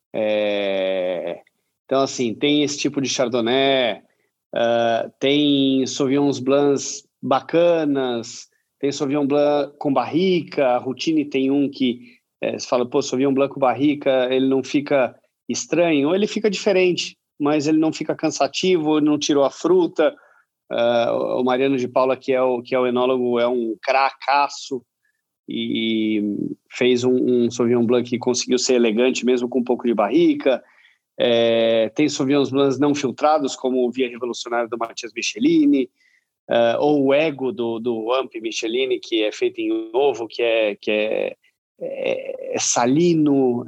Então, assim, tem esse tipo de Chardonnay, tem Sauvignons Blancs bacanas, tem Sauvignon Blanc com barrica, a Routine tem um que você fala, pô, Sauvignon Blanc com barrica, ele não fica estranho, ou ele fica diferente, mas ele não fica cansativo, ele não tirou a fruta. O Mariano de Paula, que é o enólogo, é um cracaço e fez um Sauvignon Blanc que conseguiu ser elegante mesmo com um pouco de barrica. Tem Sauvignons Blancs não filtrados, como o Via Revolucionária do Matias Michelini, ou o Ego do Amp Michelini, que é feito em ovo, que é salino.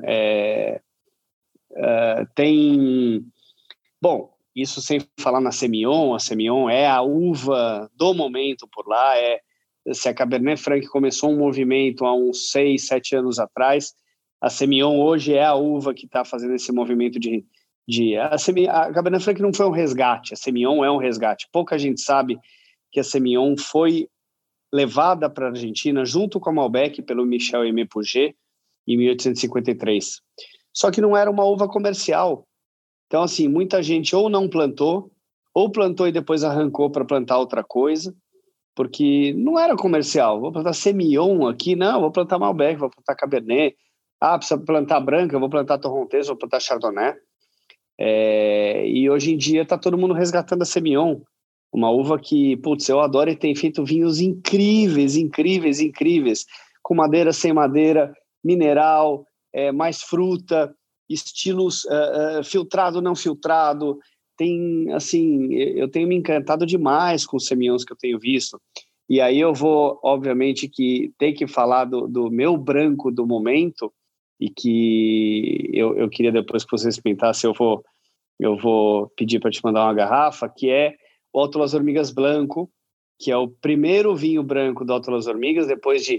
Tem... Bom, isso sem falar na Semillon. A Semillon é a uva do momento por lá. Se a Cabernet Franc começou um movimento há uns 6, 7 anos atrás, a Semillon hoje é a uva que está fazendo esse movimento a Cabernet Franc não foi um resgate, a Semillon é um resgate. Pouca gente sabe que a Semillon foi levada para a Argentina junto com a Malbec pelo Michel Aimé Pouget em 1853. Só que não era uma uva comercial. Então, assim, muita gente ou não plantou, ou plantou e depois arrancou para plantar outra coisa, porque não era comercial. Vou plantar Semillon aqui? Não, vou plantar Malbec, vou plantar Cabernet. Precisa plantar branca, vou plantar Torrontés, vou plantar Chardonnay. E hoje em dia está todo mundo resgatando a Semillon, uma uva que, putz, eu adoro e tem feito vinhos incríveis, com madeira, sem madeira, mineral, mais fruta, estilos filtrado, não filtrado. Tem, assim, eu tenho me encantado demais com os Semillons que eu tenho visto. E aí eu vou, obviamente, ter que falar do meu branco do momento, e que eu queria depois que você experimentasse, eu vou pedir para te mandar uma garrafa, que é o Alto Las Hormigas Blanco, que é o primeiro vinho branco do Alto Las Hormigas, depois de...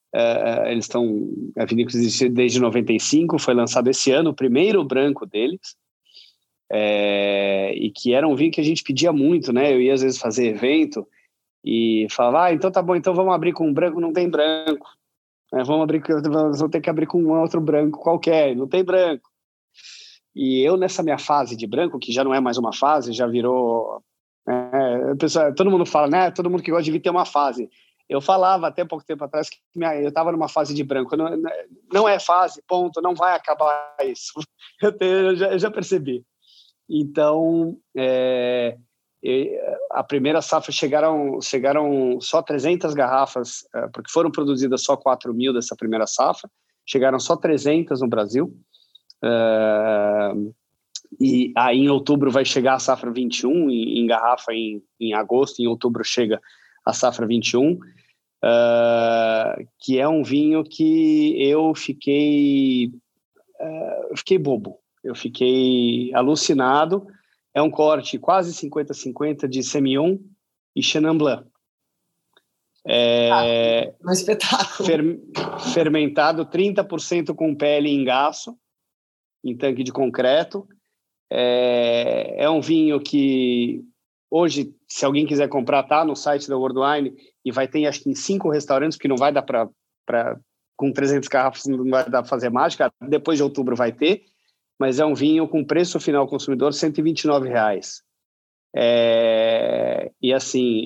a vinícola existe desde 95, foi lançado esse ano, o primeiro branco deles, e que era um vinho que a gente pedia muito, né? Eu ia às vezes fazer evento e falava, então tá bom, então vamos abrir com um branco, não tem branco. Vamos ter que abrir com um outro branco qualquer, não tem branco. E eu, nessa minha fase de branco, que já não é mais uma fase, já virou... todo mundo fala, né? Todo mundo que gosta de vinho tem uma fase. Eu falava até pouco tempo atrás que eu estava numa fase de branco. Não é fase, ponto, não vai acabar isso. Eu já percebi. Então, a primeira safra chegaram só 300 garrafas, porque foram produzidas só 4.000 dessa primeira safra, chegaram só 300 no Brasil, e aí em outubro vai chegar a safra 21 em garrafa em agosto, em outubro chega a safra 21, que é um vinho que eu fiquei bobo, eu fiquei alucinado. É um corte quase 50-50 de Semillon e Chenin Blanc. Um espetáculo. Fermentado 30% com pele em engaço, em tanque de concreto. É um vinho que hoje, se alguém quiser comprar, tá no site da World Wine e vai ter, acho que em 5 restaurantes, porque não vai dar para com 300 garrafas, não vai dar para fazer mágica. Depois de outubro vai ter, mas é um vinho com preço final ao consumidor R$ 129. E assim,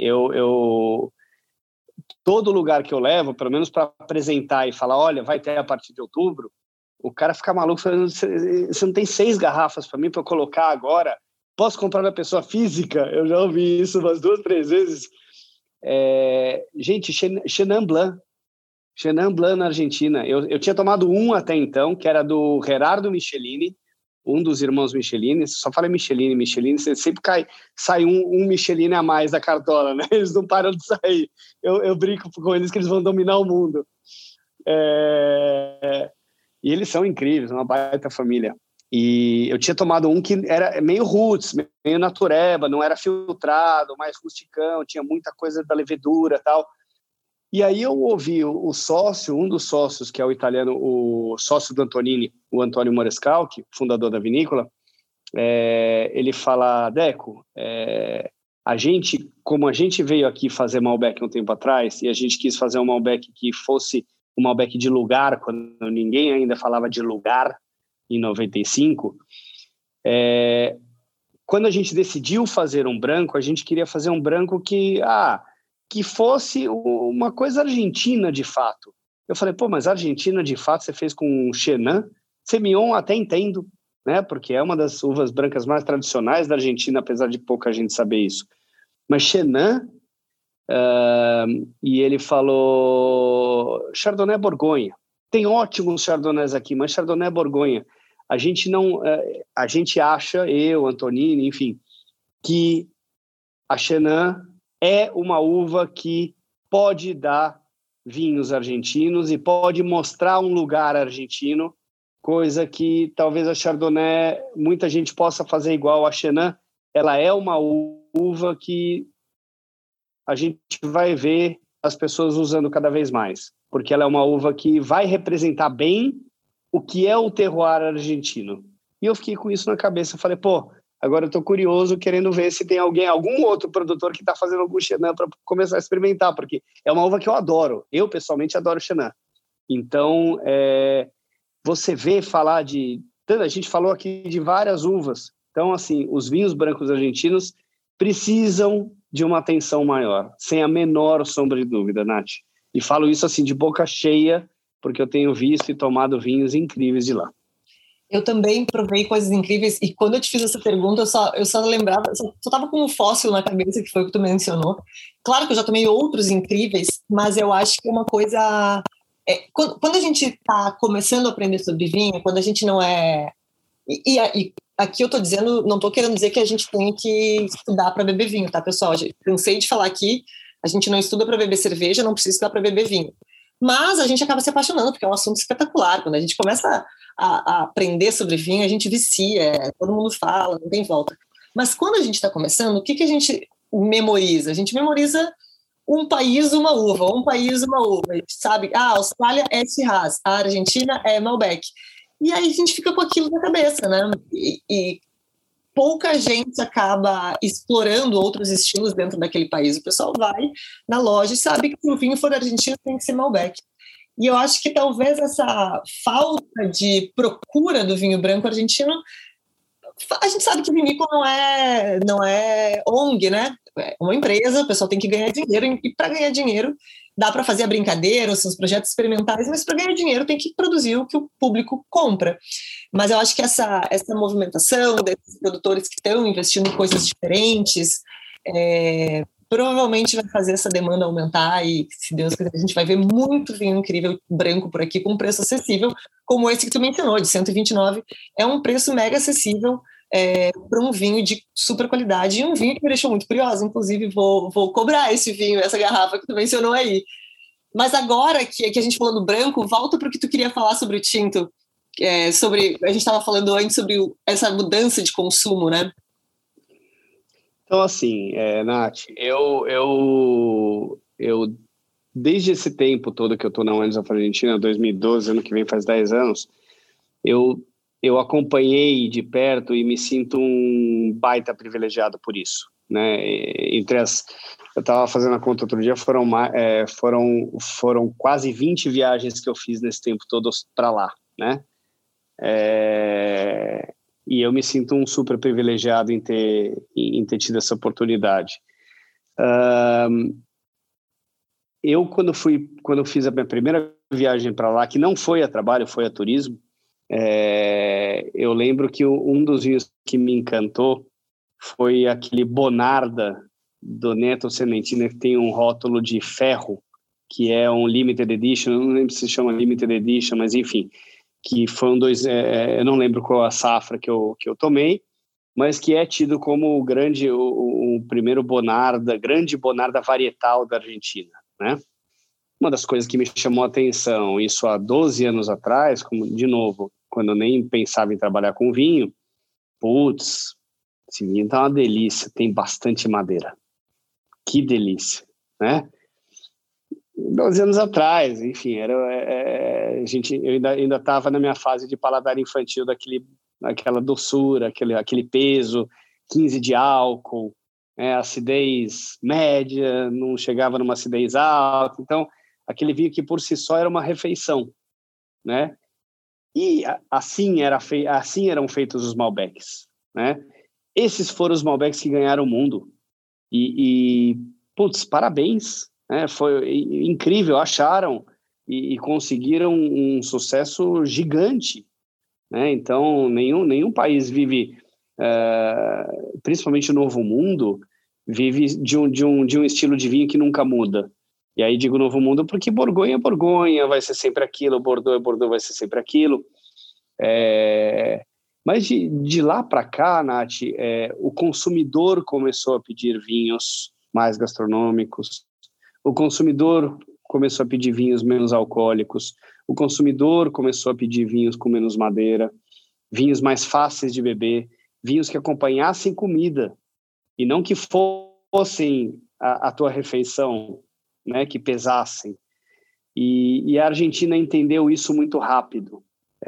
todo lugar que eu levo, pelo menos para apresentar e falar, olha, vai ter a partir de outubro, o cara fica maluco, falando, você não tem 6 garrafas para mim para eu colocar agora? Posso comprar na pessoa física? Eu já ouvi isso umas 2, 3 vezes. Gente, Chenin Blanc na Argentina. Eu tinha tomado um até então, que era do Gerardo Michelini, um dos irmãos Michelini. Só fala Michelini, sempre sai um Michelini a mais da cartola, né? Eles não param de sair. Eu brinco com eles que eles vão dominar o mundo. E eles são incríveis, uma baita família. E eu tinha tomado um que era meio roots, meio natureba, não era filtrado, mais rusticão, tinha muita coisa da levedura e tal. E aí eu ouvi um dos sócios, que é o italiano, o sócio do Antonini, o Antônio Morescalchi, fundador da vinícola, ele fala, Deco, como a gente veio aqui fazer Malbec um tempo atrás, e a gente quis fazer um Malbec que fosse um Malbec de lugar, quando ninguém ainda falava de lugar, em 95, quando a gente decidiu fazer um branco, a gente queria fazer um branco que fosse uma coisa argentina de fato. Eu falei, mas Argentina de fato você fez com Chenin? Semillon até entendo, né? Porque é uma das uvas brancas mais tradicionais da Argentina, apesar de pouca gente saber isso. Mas Chenin, e ele falou Chardonnay Borgonha. Tem ótimos Chardonnays aqui, mas Chardonnay Borgonha. A gente acha, eu, Antonini, enfim, que a Chenin é uma uva que pode dar vinhos argentinos e pode mostrar um lugar argentino, coisa que talvez a Chardonnay, muita gente possa fazer igual a Chenin. Ela é uma uva que a gente vai ver as pessoas usando cada vez mais, porque ela é uma uva que vai representar bem o que é o terroir argentino. E eu fiquei com isso na cabeça. Eu falei, agora eu estou curioso, querendo ver se tem algum outro produtor que está fazendo algum Chenin para começar a experimentar, porque é uma uva que eu adoro. Eu, pessoalmente, adoro Chenin. Então, você vê falar a gente falou aqui de várias uvas. Então, assim, os vinhos brancos argentinos precisam de uma atenção maior, sem a menor sombra de dúvida, Nath. E falo isso, assim, de boca cheia, porque eu tenho visto e tomado vinhos incríveis de lá. Eu também provei coisas incríveis, e quando eu te fiz essa pergunta, eu só lembrava, só estava com um fóssil na cabeça, que foi o que tu mencionou. Claro que eu já tomei outros incríveis, mas eu acho que é uma coisa... quando a gente está começando a aprender sobre vinho, quando a gente não é... E aqui eu estou dizendo, não estou querendo dizer que a gente tem que estudar para beber vinho, tá, pessoal? Cansei de falar aqui, a gente não estuda para beber cerveja, não precisa estudar para beber vinho. Mas a gente acaba se apaixonando, porque é um assunto espetacular. Quando a gente começa a aprender sobre vinho, a gente vicia, todo mundo fala, não tem volta. Mas quando a gente está começando, o que a gente memoriza? A gente memoriza um país, uma uva, A gente sabe, a Austrália é Shiraz, a Argentina é Malbec. E aí a gente fica com aquilo na cabeça, né? E pouca gente acaba explorando outros estilos dentro daquele país. O pessoal vai na loja e sabe que se o vinho for argentino tem que ser Malbec. E eu acho que talvez essa falta de procura do vinho branco argentino, a gente sabe que vinícola não é ONG, né? É uma empresa, o pessoal tem que ganhar dinheiro, e para ganhar dinheiro dá para fazer a brincadeira, os seus projetos experimentais, mas para ganhar dinheiro tem que produzir o que o público compra. Mas eu acho que essa movimentação desses produtores que estão investindo em coisas diferentes, provavelmente vai fazer essa demanda aumentar e, se Deus quiser, a gente vai ver muito vinho incrível branco por aqui com um preço acessível, como esse que tu mencionou, de 129. É um preço mega acessível para um vinho de super qualidade, e um vinho que me deixou muito curiosa. Inclusive vou cobrar esse vinho, essa garrafa que tu mencionou aí. Mas agora que a gente falou do branco, volta para o que tu queria falar sobre o tinto, a gente estava falando antes sobre essa mudança de consumo, né? Então, assim, Nath, eu desde esse tempo todo que eu estou na Andes of Argentina, 2012, ano que vem faz 10 anos, eu acompanhei de perto e me sinto um baita privilegiado por isso, né? Eu estava fazendo a conta outro dia, foram quase 20 viagens que eu fiz nesse tempo todo para lá, né? E eu me sinto um super privilegiado em ter tido essa oportunidade. Quando eu fiz a minha primeira viagem para lá, que não foi a trabalho, foi a turismo, eu lembro que um dos vinhos que me encantou foi aquele Bonarda do Neto Sementina, que tem um rótulo de ferro, que é um limited edition, eu não lembro se chama limited edition, mas enfim, que foram eu não lembro qual a safra que eu tomei, mas que é tido como o primeiro grande Bonarda varietal da Argentina, né? Uma das coisas que me chamou a atenção, isso há 12 anos atrás, de novo, quando eu nem pensava em trabalhar com vinho, esse vinho tá uma delícia, tem bastante madeira. Que delícia, né? 12 anos atrás, enfim, eu ainda estava na minha fase de paladar infantil, daquela doçura, aquele peso, 15 de álcool, acidez média, não chegava numa acidez alta, então aquele vinho que por si só era uma refeição, né? E assim eram feitos os Malbecs, né? Esses foram os Malbecs que ganharam o mundo. Parabéns, né? Foi incrível, acharam e conseguiram um sucesso gigante, né? Então, nenhum país vive, principalmente o Novo Mundo, vive de um estilo de vinho que nunca muda. E aí digo Novo Mundo porque Borgonha é Borgonha, vai ser sempre aquilo, Bordeaux é Bordeaux, vai ser sempre aquilo. Mas de lá para cá, Nath, o consumidor começou a pedir vinhos mais gastronômicos, o consumidor começou a pedir vinhos menos alcoólicos, o consumidor começou a pedir vinhos com menos madeira, vinhos mais fáceis de beber, vinhos que acompanhassem comida e não que fossem a tua refeição, né, que pesassem. E a Argentina entendeu isso muito rápido.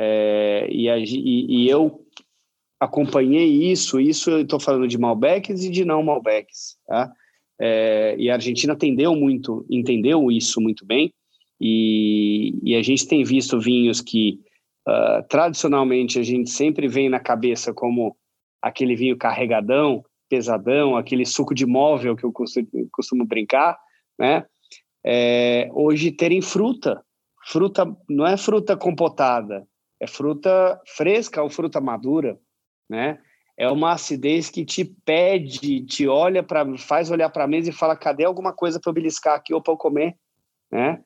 E eu acompanhei isso eu estou falando de Malbecs e de não Malbecs, tá? E a Argentina entendeu isso muito bem, e a gente tem visto vinhos que tradicionalmente a gente sempre vem na cabeça como aquele vinho carregadão, pesadão, aquele suco de móvel que eu costumo brincar, né? Hoje terem fruta não é fruta compotada, é fruta fresca ou fruta madura, né? É uma acidez que te pede, faz olhar para a mesa e fala, cadê alguma coisa para eu beliscar aqui ou para eu comer, né?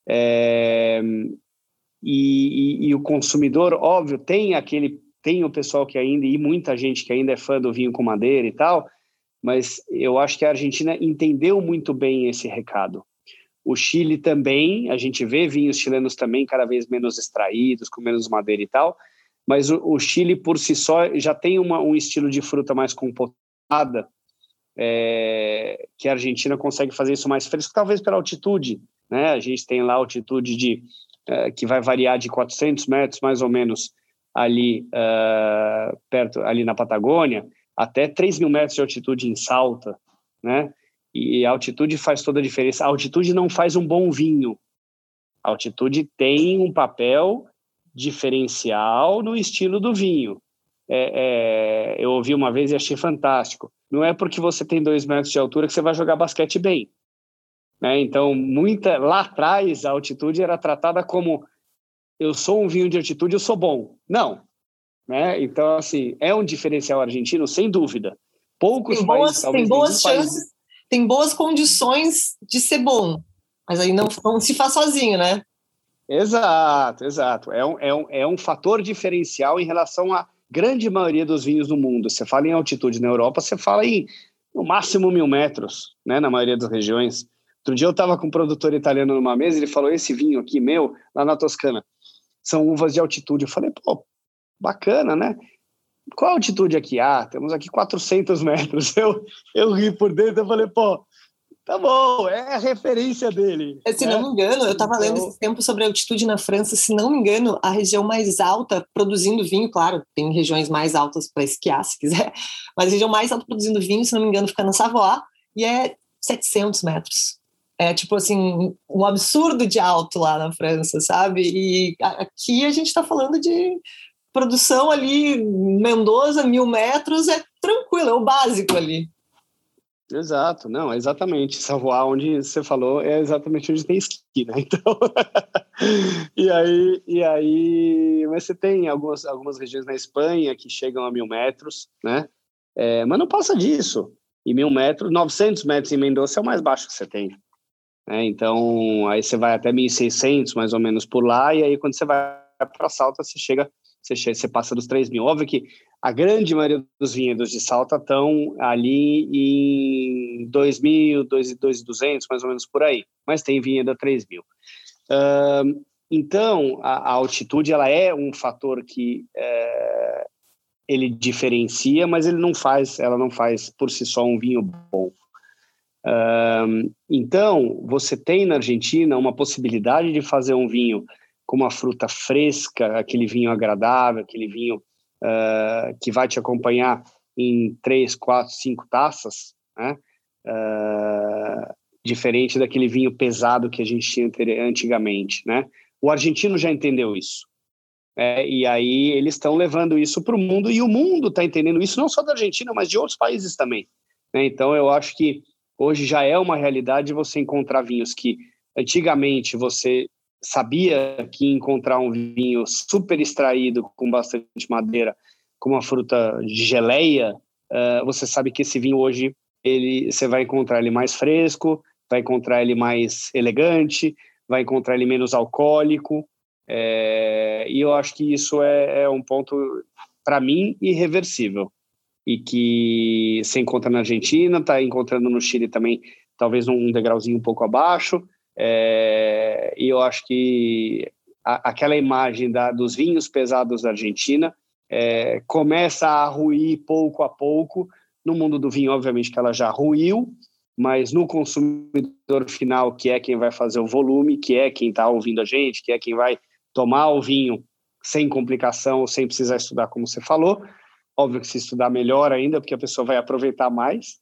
E o consumidor, óbvio, tem o pessoal que ainda, e muita gente que ainda é fã do vinho com madeira e tal, mas eu acho que a Argentina entendeu muito bem esse recado. O Chile também, a gente vê vinhos chilenos também cada vez menos extraídos, com menos madeira e tal, mas o Chile por si só já tem um estilo de fruta mais compotada, que a Argentina consegue fazer isso mais fresco, talvez pela altitude, né? A gente tem lá altitude que vai variar de 400 metros mais ou menos ali perto, ali na Patagônia, até 3.000 metros de altitude em Salta, né? E a altitude faz toda a diferença. A altitude não faz um bom vinho. A altitude tem um papel diferencial no estilo do vinho. Eu ouvi uma vez e achei fantástico. Não é porque você tem 2 metros de altura que você vai jogar basquete bem, né? Então, lá atrás, a altitude era tratada como eu sou um vinho de altitude, eu sou bom. Não. Né? Então, assim, é um diferencial argentino, sem dúvida. Poucos países, talvez tem boas chances, tem boas condições de ser bom, mas aí não se faz sozinho, né? Exato. É um fator diferencial em relação à grande maioria dos vinhos do mundo. Você fala em altitude na Europa, você fala em no máximo 1.000 metros, né, na maioria das regiões. Outro dia eu estava com um produtor italiano numa mesa, ele falou, esse vinho aqui meu, lá na Toscana, são uvas de altitude. Eu falei, pô, bacana, né? Qual a altitude aqui? Temos aqui 400 metros. Eu ri por dentro, eu falei, pô, Tá bom, é a referência dele. Se não me engano, eu estava lendo esse tempo sobre a altitude na França, se não me engano, a região mais alta produzindo vinho, claro, tem regiões mais altas para esquiar, se quiser, mas a região mais alta produzindo vinho, se não me engano, fica na Savoie, e é 700 metros. É tipo assim, um absurdo de alto lá na França, sabe? E aqui a gente está falando de produção ali, Mendoza, 1.000 metros, é tranquilo, é o básico ali. Exato, não, exatamente. Savoie, onde você falou, é exatamente onde tem esqui, né? Então, e aí, mas você tem algumas regiões na Espanha que chegam a 1.000 metros, né? Mas não passa disso. E 1.000 metros, 900 metros em Mendoza é o mais baixo que você tem. Né? Então, aí você vai até 1.600, mais ou menos, por lá, e aí quando você vai para Salta, você passa dos 3.000. Óbvio que a grande maioria dos vinhedos de Salta estão ali em 2.000, 2.200, mais ou menos por aí. Mas tem vinhedo a 3.000. Então, a altitude ela é um fator que ele diferencia, mas ela não faz por si só um vinho bom. Então, você tem na Argentina uma possibilidade de fazer um vinho com uma fruta fresca, aquele vinho agradável, aquele vinho que vai te acompanhar em 3, 4, 5 taças, né? Diferente daquele vinho pesado que a gente tinha antigamente, né? O argentino já entendeu isso. E aí eles estão levando isso para o mundo, e o mundo está entendendo isso, não só da Argentina, mas de outros países também. Né? Então, eu acho que hoje já é uma realidade você encontrar vinhos que antigamente você sabia que encontrar um vinho super extraído, com bastante madeira, com uma fruta de geleia, você sabe que esse vinho hoje, você vai encontrar ele mais fresco, vai encontrar ele mais elegante, vai encontrar ele menos alcoólico, e eu acho que isso é um ponto, para mim, irreversível. E que se encontra na Argentina, está encontrando no Chile também, talvez um degrauzinho um pouco abaixo, e eu acho que aquela imagem dos vinhos pesados da Argentina começa a ruir pouco a pouco. No mundo do vinho, obviamente que ela já ruiu, mas no consumidor final, que é quem vai fazer o volume, que é quem está ouvindo a gente, que é quem vai tomar o vinho sem complicação, sem precisar estudar, como você falou. Óbvio que se estudar melhor ainda, porque a pessoa vai aproveitar mais.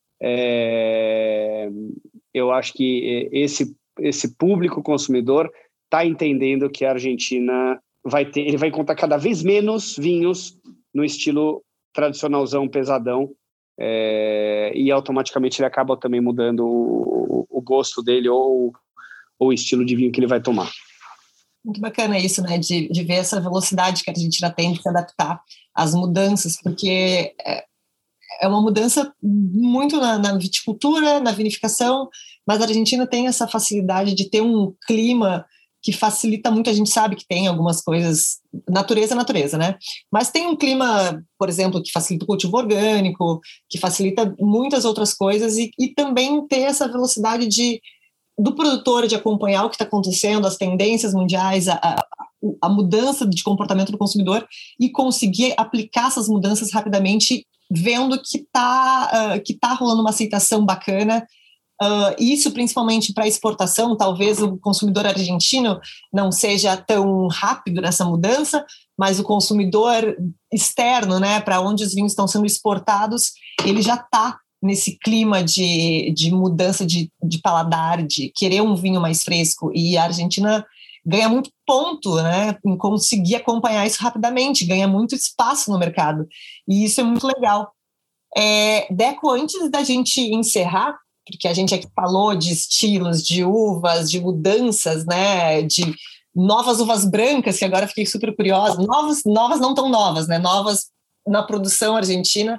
Eu acho que esse público consumidor está entendendo que a Argentina ele vai encontrar cada vez menos vinhos no estilo tradicionalzão, pesadão, e automaticamente ele acaba também mudando o gosto dele ou o estilo de vinho que ele vai tomar. Muito bacana isso, né, de ver essa velocidade que a Argentina tem de se adaptar às mudanças, porque é uma mudança muito na viticultura, na vinificação, mas a Argentina tem essa facilidade de ter um clima que facilita muito. A gente sabe que tem algumas coisas, natureza, né? Mas tem um clima, por exemplo, que facilita o cultivo orgânico, que facilita muitas outras coisas, e também ter essa velocidade do produtor de acompanhar o que está acontecendo, as tendências mundiais, a mudança de comportamento do consumidor, e conseguir aplicar essas mudanças rapidamente, vendo que tá rolando uma aceitação bacana. Isso principalmente para exportação. Talvez o consumidor argentino não seja tão rápido nessa mudança, mas o consumidor externo, né, para onde os vinhos estão sendo exportados, ele já está nesse clima de mudança de paladar, de querer um vinho mais fresco, e a Argentina ganha muito ponto, né, em conseguir acompanhar isso rapidamente, ganha muito espaço no mercado, e isso é muito legal. Deco, antes da gente encerrar, porque a gente aqui falou de estilos, de uvas, de mudanças, né, de novas uvas brancas, que agora fiquei super curiosa, novas não tão novas, né, novas na produção argentina.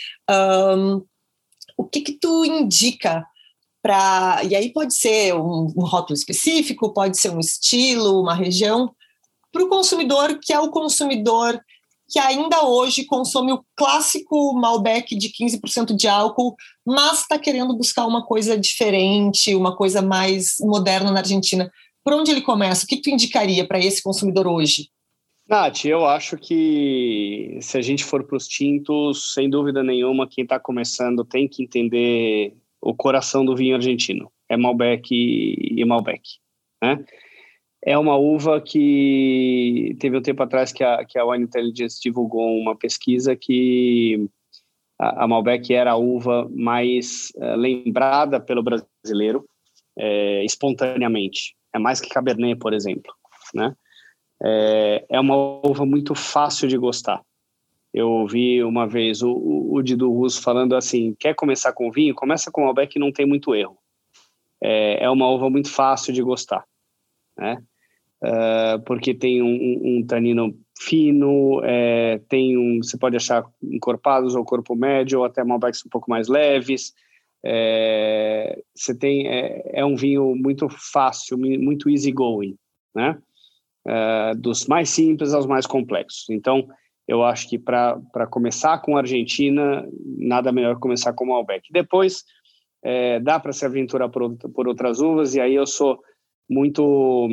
O que tu indica para... E aí pode ser um rótulo específico, pode ser um estilo, uma região, para o consumidor, que é o consumidor que ainda hoje consome o clássico Malbec de 15% de álcool, mas está querendo buscar uma coisa diferente, uma coisa mais moderna na Argentina. Por onde ele começa? O que tu indicaria para esse consumidor hoje? Nath, eu acho que se a gente for para os tintos, sem dúvida nenhuma, quem está começando tem que entender o coração do vinho argentino, é Malbec e Malbec, né? É uma uva que teve um tempo atrás que a Wine Intelligence divulgou uma pesquisa que a Malbec era a uva mais lembrada pelo brasileiro espontaneamente. É mais que Cabernet, por exemplo, né? É uma uva muito fácil de gostar. Eu ouvi uma vez o Dido Russo falando assim, quer começar com vinho? Começa com Malbec, não tem muito erro. É uma uva muito fácil de gostar, né? Porque tem um tanino fino, você pode achar encorpados ou corpo médio, ou até Malbecs um pouco mais leves. Você tem um vinho muito fácil, muito easygoing, né? Dos mais simples aos mais complexos. Então, eu acho que para começar com a Argentina, nada melhor que começar com o Malbec. Depois, dá para se aventurar por outras uvas, e aí eu sou muito...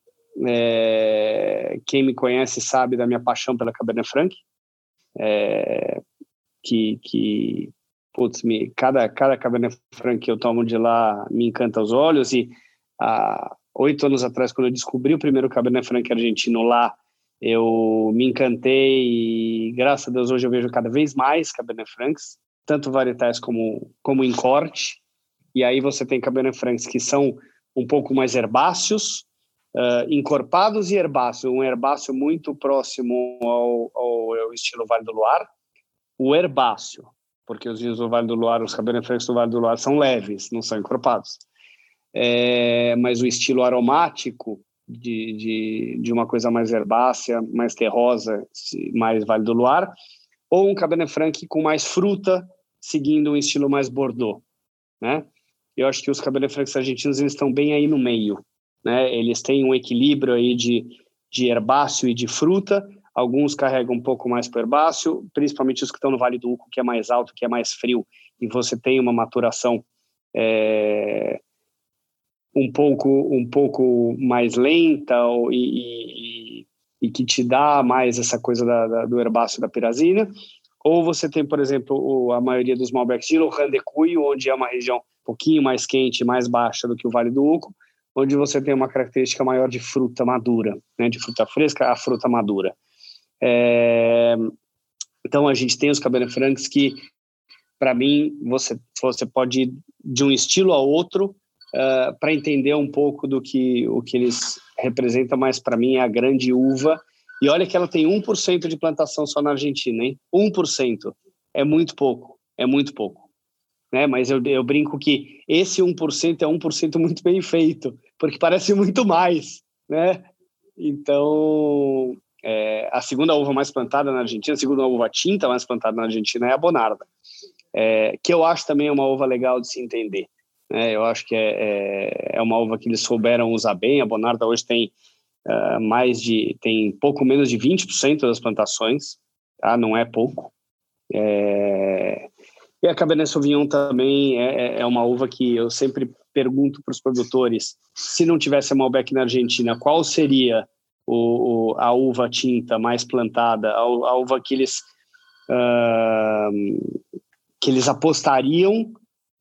quem me conhece sabe da minha paixão pela Cabernet Franc, putz, cada Cabernet Franc que eu tomo de lá me encanta os olhos, e há 8 anos atrás, quando eu descobri o primeiro Cabernet Franc argentino lá, eu me encantei e, graças a Deus, hoje eu vejo cada vez mais Cabernet Francs, tanto varietais como em corte, e aí você tem Cabernet Francs que são um pouco mais herbáceos, encorpados e herbáceos, um herbáceo muito próximo ao estilo Vale do Loire, o herbáceo, porque os vinhos do Vale do Loire, os Cabernet Francs do Vale do Loire são leves, não são encorpados. Mas o estilo aromático de uma coisa mais herbácea, mais terrosa, mais Vale do Loire, ou um Cabernet Franc com mais fruta, seguindo um estilo mais Bordeaux, né? Eu acho que os Cabernet Francs argentinos eles estão bem aí no meio, né? Eles têm um equilíbrio aí de herbáceo e de fruta. Alguns carregam um pouco mais para o herbáceo, principalmente os que estão no Vale do Uco, que é mais alto, que é mais frio, e você tem uma maturação um pouco mais lenta e que te dá mais essa coisa do herbáceo da pirazina. Ou você tem, por exemplo, a maioria dos Malbecs de Laurent de Cuyo, onde é uma região um pouquinho mais quente, mais baixa do que o Vale do Uco, onde você tem uma característica maior de fruta madura, né? De fruta fresca a fruta madura. Então, a gente tem os Cabernet Francs que, para mim, você pode ir de um estilo a outro para entender um pouco o que eles representam, mas para mim é a grande uva. E olha que ela tem 1% de plantação só na Argentina, hein? 1%. É muito pouco, né? Mas eu brinco que esse 1% é 1% muito bem feito, porque parece muito mais, né? Então, a segunda uva mais plantada na Argentina, a segunda uva tinta mais plantada na Argentina é a Bonarda, que eu acho também uma uva legal de se entender. Eu acho que é uma uva que eles souberam usar bem. A Bonarda hoje tem tem pouco menos de 20% das plantações, tá? Não é pouco. E a Cabernet Sauvignon também é uma uva que eu sempre pergunto para os produtores, se não tivesse a Malbec na Argentina, qual seria a uva tinta mais plantada, a uva que eles apostariam.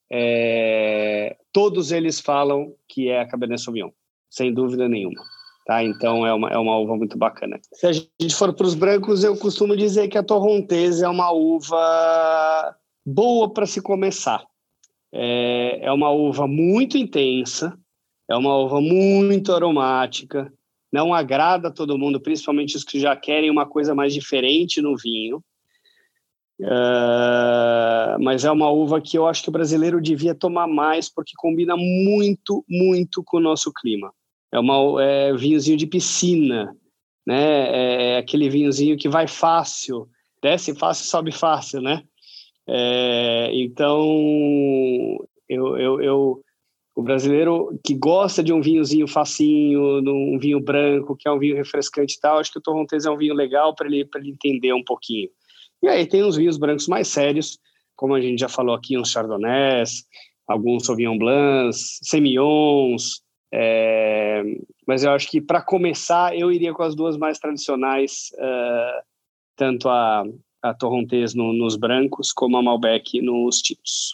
Todos eles falam que é a Cabernet Sauvignon, sem dúvida nenhuma. Tá? Então é uma uva muito bacana. Se a gente for para os brancos, eu costumo dizer que a Torrontés é uma uva boa para se começar. É uma uva muito intensa, é uma uva muito aromática, não agrada a todo mundo, principalmente os que já querem uma coisa mais diferente no vinho. Mas é uma uva que eu acho que o brasileiro devia tomar mais, porque combina muito, muito com o nosso clima. É vinhozinho de piscina, né? É aquele vinhozinho que vai fácil, desce fácil, sobe fácil, né? Então, o brasileiro que gosta de um vinhozinho facinho, um vinho branco, que é um vinho refrescante e tal, acho que o Torrontés é um vinho legal para ele entender um pouquinho. E aí tem os vinhos brancos mais sérios, como a gente já falou aqui, uns Chardonnays, alguns Sauvignon Blancs, Semillons, mas eu acho que para começar eu iria com as duas mais tradicionais, tanto a Torrontés nos brancos como a Malbec nos tintos.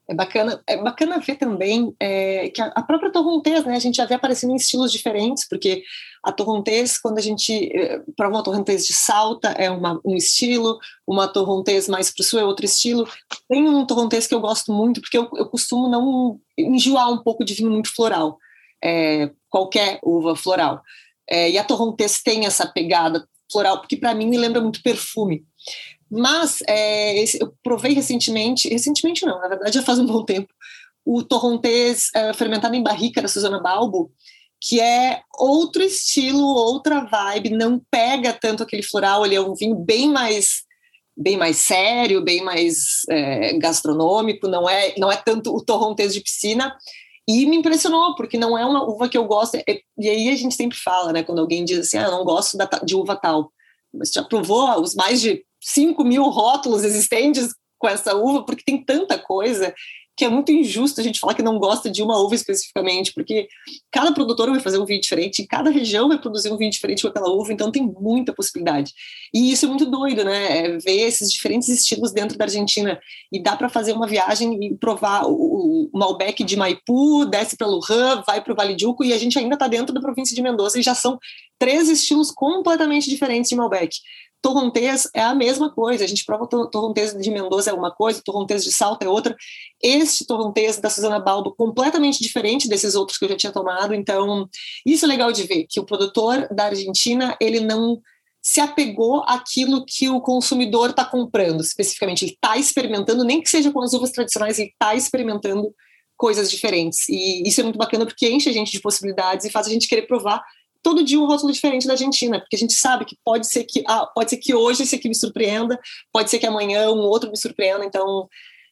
É bacana ver também que a própria Torrontés, né, a gente já vê aparecendo em estilos diferentes, porque a Torrontés, quando a gente prova uma Torrontés de Salta, é um estilo, uma Torrontés mais para o sul é outro estilo. Tem um Torrontés que eu gosto muito, porque eu costumo não enjoar um pouco de vinho muito floral, qualquer uva floral. E a Torrontés tem essa pegada floral, porque para mim me lembra muito perfume. Mas eu provei recentemente não, na verdade já faz um bom tempo, o Torrontés fermentado em barrica da Susana Balbo, que é outro estilo, outra vibe, não pega tanto aquele floral, ele é um vinho bem mais sério, bem mais gastronômico, não é tanto o Torrontés de piscina, e me impressionou, porque não é uma uva que eu gosto, e aí a gente sempre fala, né, quando alguém diz assim, eu não gosto de uva tal, mas já provou os mais de 5.000 rótulos existentes com essa uva, porque tem tanta coisa que é muito injusto a gente falar que não gosta de uma uva especificamente, porque cada produtor vai fazer um vinho diferente, e cada região vai produzir um vinho diferente com aquela uva, então tem muita possibilidade. E isso é muito doido, né? Ver esses diferentes estilos dentro da Argentina, e dá para fazer uma viagem e provar o Malbec de Maipú, desce para Luján, vai para o Vale de Uco, e a gente ainda está dentro da província de Mendoza, e já são 3 estilos completamente diferentes de Malbec. Torrontés é a mesma coisa, a gente prova o Torrontés de Mendoza é uma coisa, o Torrontés de Salta é outra. Este Torrontés da Susana Balbo completamente diferente desses outros que eu já tinha tomado, então isso é legal de ver, que o produtor da Argentina, ele não se apegou àquilo que o consumidor está comprando, especificamente, ele está experimentando, nem que seja com as uvas tradicionais, ele está experimentando coisas diferentes, e isso é muito bacana porque enche a gente de possibilidades e faz a gente querer provar todo dia um rótulo diferente da Argentina, porque a gente sabe que pode ser que hoje esse aqui me surpreenda, pode ser que amanhã um outro me surpreenda, então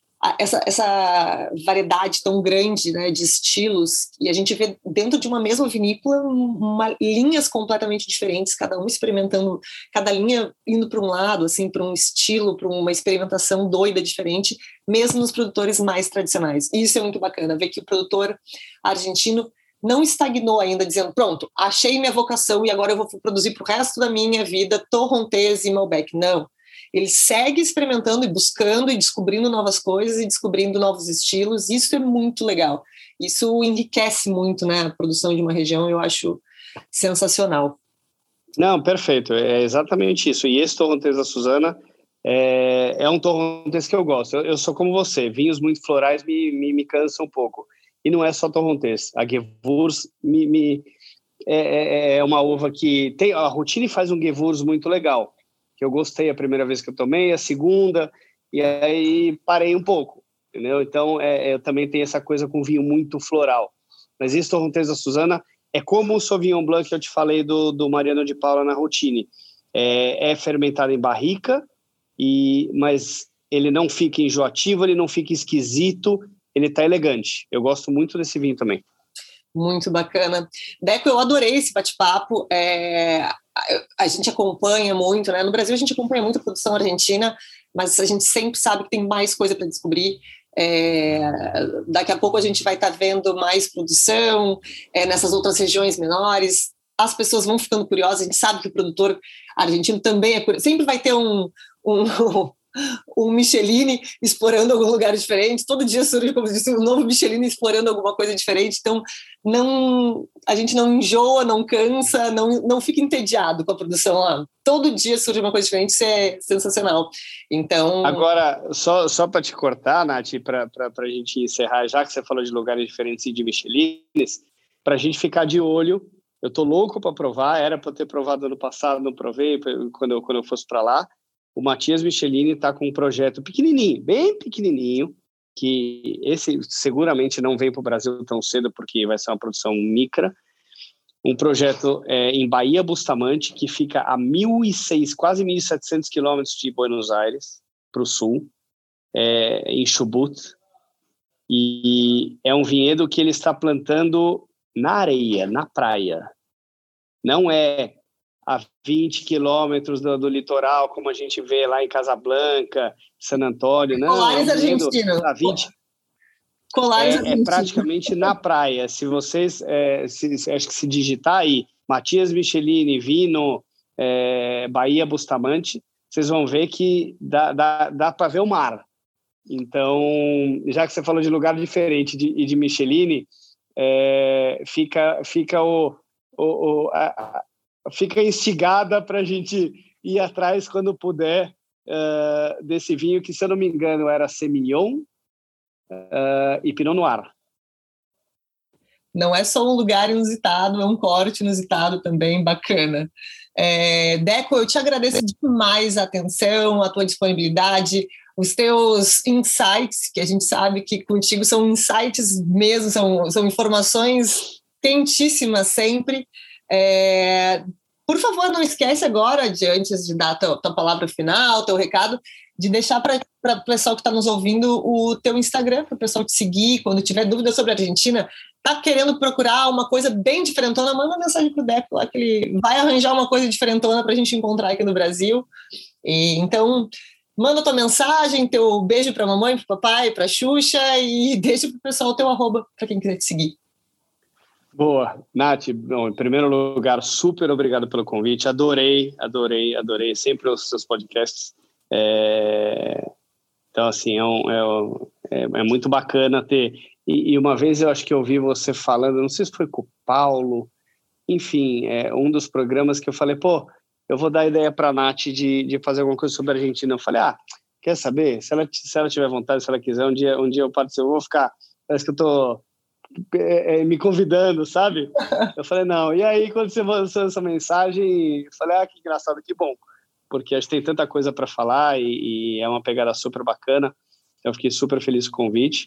essa variedade tão grande, né, de estilos, e a gente vê dentro de uma mesma vinícola linhas completamente diferentes, cada um experimentando, cada linha indo para um lado, assim, para um estilo, para uma experimentação doida diferente, mesmo nos produtores mais tradicionais. E isso é muito bacana, ver que o produtor argentino não estagnou ainda, dizendo, pronto, achei minha vocação e agora eu vou produzir para o resto da minha vida Torrontés e Malbec. Não. Ele segue experimentando e buscando e descobrindo novas coisas e descobrindo novos estilos. Isso é muito legal. Isso enriquece muito, né, a produção de uma região, eu acho sensacional. Não, perfeito. É exatamente isso. E esse Torrontés da Susana é um Torrontés que eu gosto. Eu sou como você. Vinhos muito florais me cansam um pouco. E não é só Torrontés. A Gewurz é uma uva que tem... A Rutini faz um Gewurz muito legal, que eu gostei a primeira vez que eu tomei, a segunda, e aí parei um pouco, entendeu? Então, eu também tenho essa coisa com vinho muito floral. Mas esse Torrontés da Susana é como o Sauvignon Blanc que eu te falei do Mariano de Paula na Rutini. É fermentado em barrica, mas ele não fica enjoativo, ele não fica esquisito, ele está elegante. Eu gosto muito desse vinho também. Muito bacana. Deco, eu adorei esse bate-papo. A gente acompanha muito, né? No Brasil a gente acompanha muito a produção argentina, mas a gente sempre sabe que tem mais coisa para descobrir. Daqui a pouco a gente vai estar vendo mais produção nessas outras regiões menores. As pessoas vão ficando curiosas. A gente sabe que o produtor argentino também é curioso. Sempre vai ter um Michelin explorando algum lugar diferente, todo dia surge, como disse, um novo Michelin explorando alguma coisa diferente, então a gente não enjoa, não cansa, não fica entediado com a produção lá. Todo dia surge uma coisa diferente, isso é sensacional. Então... Agora, só para te cortar, Nath, para a gente encerrar, já que você falou de lugares diferentes e de Michelines, para a gente ficar de olho, eu tô louco para provar, era para ter provado ano passado, não provei, quando eu fosse para lá. O Matias Michelini está com um projeto pequenininho, bem pequenininho, que esse seguramente não vem para o Brasil tão cedo, porque vai ser uma produção micra. Um projeto em Bahia Bustamante, que fica a 1.600, quase 1.700 quilômetros de Buenos Aires, para o sul, em Chubut. E é um vinhedo que ele está plantando na areia, na praia. Não é a 20 quilômetros do litoral, como a gente vê lá em Casablanca, San Antônio. Não, Colares argentinos. A 20... Colares é praticamente na praia. Se vocês, acho que se digitar aí, Matias Michelini, Vino, Bahia Bustamante, vocês vão ver que dá para ver o mar. Então, já que você falou de lugar diferente e de Michelin, fica instigada para a gente ir atrás quando puder desse vinho que, se eu não me engano, era Semillon e Pinot Noir. Não é só um lugar inusitado, é um corte inusitado também, bacana. Deco, eu te agradeço demais a atenção, a tua disponibilidade, os teus insights, que a gente sabe que contigo são insights mesmo, são informações quentíssimas sempre. Por favor, não esquece agora, antes de dar a tua palavra final, teu recado, de deixar para o pessoal que está nos ouvindo o teu Instagram, para o pessoal te seguir, quando tiver dúvida sobre a Argentina, está querendo procurar uma coisa bem diferentona, manda mensagem para o Deco lá, que ele vai arranjar uma coisa diferentona para a gente encontrar aqui no Brasil. Então, manda tua mensagem, teu beijo para a mamãe, para o papai, para a Xuxa, e deixa para o pessoal o teu arroba, para quem quiser te seguir. Boa. Nath, bom, em primeiro lugar, super obrigado pelo convite, adorei sempre os seus podcasts. Então, assim, é muito bacana ter... E uma vez eu acho que eu ouvi você falando, não sei se foi com o Paulo, enfim, um dos programas que eu falei, eu vou dar ideia para a Nath de fazer alguma coisa sobre a Argentina. Eu falei, quer saber? Se ela tiver vontade, se ela quiser, um dia eu participo, eu vou ficar, parece que eu estou me convidando, sabe? Eu falei, não. E aí, quando você mandou essa mensagem, eu falei, que engraçado, que bom, porque a gente tem tanta coisa para falar e é uma pegada super bacana. Eu fiquei super feliz com o convite.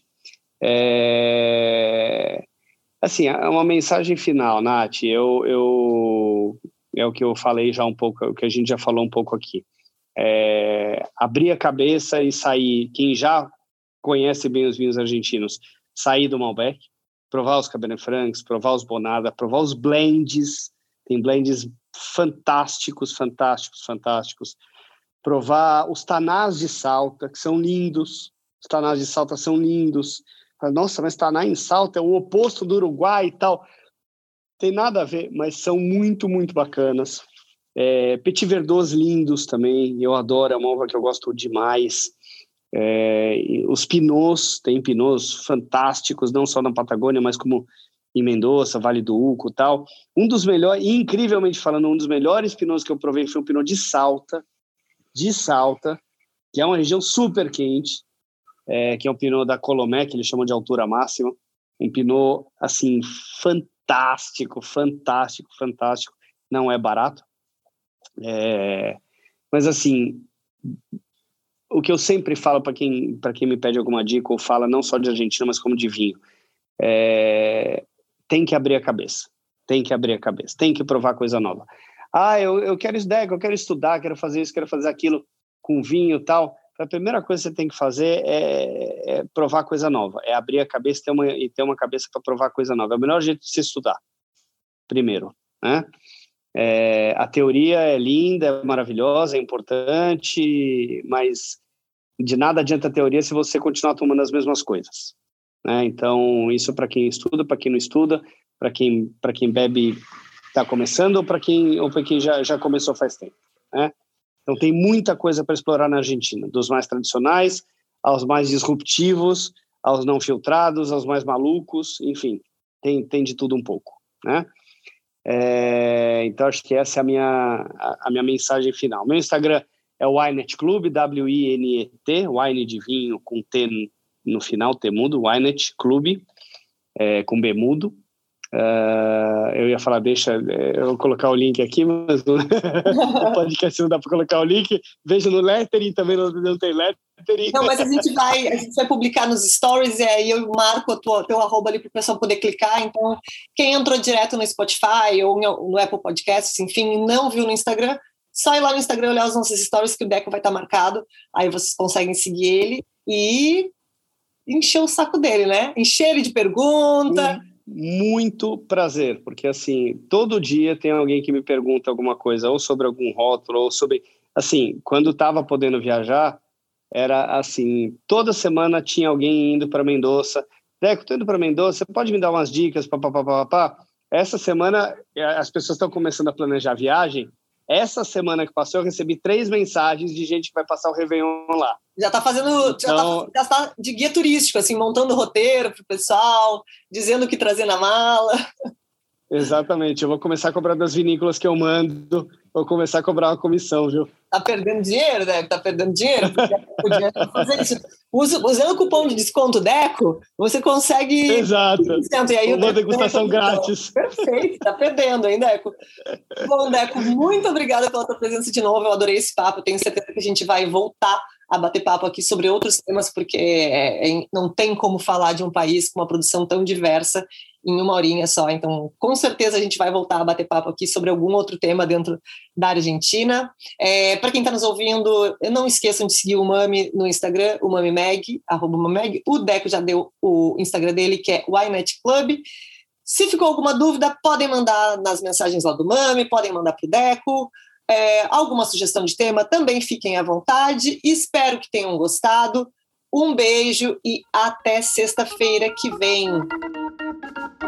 Assim, é uma mensagem final, Nath. É o que eu falei já um pouco, o que a gente já falou um pouco aqui. Abrir a cabeça e sair, quem já conhece bem os vinhos argentinos, sair do Malbec, provar os Cabernet Francs, provar os Bonarda, provar os blends, tem blends fantásticos, provar os Tanás de Salta, que são lindos, os Tanás de Salta são lindos. Nossa, mas Taná em Salta é o oposto do Uruguai e tal. Tem nada a ver, mas são muito, muito bacanas. Petit Verdot lindos também, eu adoro, é uma uva que eu gosto demais. Os Pinots, tem Pinots fantásticos, não só na Patagônia, mas como em Mendoza, Vale do Uco e tal. Um dos melhores, incrivelmente falando, um dos melhores Pinots que eu provei foi um Pinot de Salta, que é uma região super quente, que é um Pinot da Colomé, que eles chamam de altura máxima. Um Pinot, assim, fantástico. Não é barato. Mas, assim, o que eu sempre falo para quem me pede alguma dica ou fala não só de Argentina, mas como de vinho, tem que abrir a cabeça. Tem que provar coisa nova. Eu quero isso, eu quero estudar, quero fazer isso, quero fazer aquilo com vinho e tal. A primeira coisa que você tem que fazer é provar coisa nova, é abrir a cabeça e ter uma cabeça para provar coisa nova. É o melhor jeito de se estudar, primeiro, né? A teoria é linda, é maravilhosa, é importante, mas de nada adianta a teoria se você continuar tomando as mesmas coisas, né? Então, isso para quem estuda, para quem não estuda, para quem bebe está começando ou para quem já começou faz tempo, né? Então, tem muita coisa para explorar na Argentina, dos mais tradicionais aos mais disruptivos, aos não filtrados, aos mais malucos, enfim, tem de tudo um pouco, né? Então, acho que essa é a minha mensagem final. Meu Instagram é o Winet Club, WINET, wine de vinho com T no final, T mudo, Winet Club, com B mudo. Eu ia falar, eu vou colocar o link aqui, mas no podcast não dá para colocar o link. Veja no lettering, também não tem lettering. Não, mas a gente vai publicar nos stories e aí eu marco o teu arroba ali para o pessoal poder clicar. Então, quem entrou direto no Spotify ou no Apple Podcasts, enfim, e não viu no Instagram, só ir lá no Instagram olhar os nossos stories que o Deco vai estar marcado. Aí vocês conseguem seguir ele e encher o saco dele, né? Encher ele de pergunta. Muito prazer, porque assim, todo dia tem alguém que me pergunta alguma coisa, ou sobre algum rótulo, ou sobre... Assim, quando estava podendo viajar, era assim, toda semana tinha alguém indo para Mendoza. Deco, estou indo para Mendoza, você pode me dar umas dicas? Essa semana as pessoas estão começando a planejar a viagem, Essa semana que passou, eu recebi 3 mensagens de gente que vai passar o Réveillon lá. Já está fazendo, então, já tá de guia turístico, assim, montando roteiro para o pessoal, dizendo o que trazer na mala. Exatamente, eu vou começar a cobrar das vinícolas que eu mando, vou começar a cobrar uma comissão, viu? Tá perdendo dinheiro, né? Tá perdendo dinheiro? Podia fazer isso. Usando o cupom de desconto DECO, você consegue... Exato, e aí uma degustação grátis. Perfeito, tá perdendo, hein, Deco? Bom, Deco, muito obrigada pela tua presença de novo, eu adorei esse papo, tenho certeza que a gente vai voltar a bater papo aqui sobre outros temas, porque não tem como falar de um país com uma produção tão diversa em uma horinha só, então com certeza a gente vai voltar a bater papo aqui sobre algum outro tema dentro da Argentina. Para quem está nos ouvindo, não esqueçam de seguir o Mami no Instagram, o MamiMag, @MamiMag. O Deco já deu o Instagram dele, que é Wynett Club. Se ficou alguma dúvida, podem mandar nas mensagens lá do Mami, podem mandar para o Deco. Alguma sugestão de tema, também fiquem à vontade. Espero que tenham gostado. Um beijo e até sexta-feira que vem.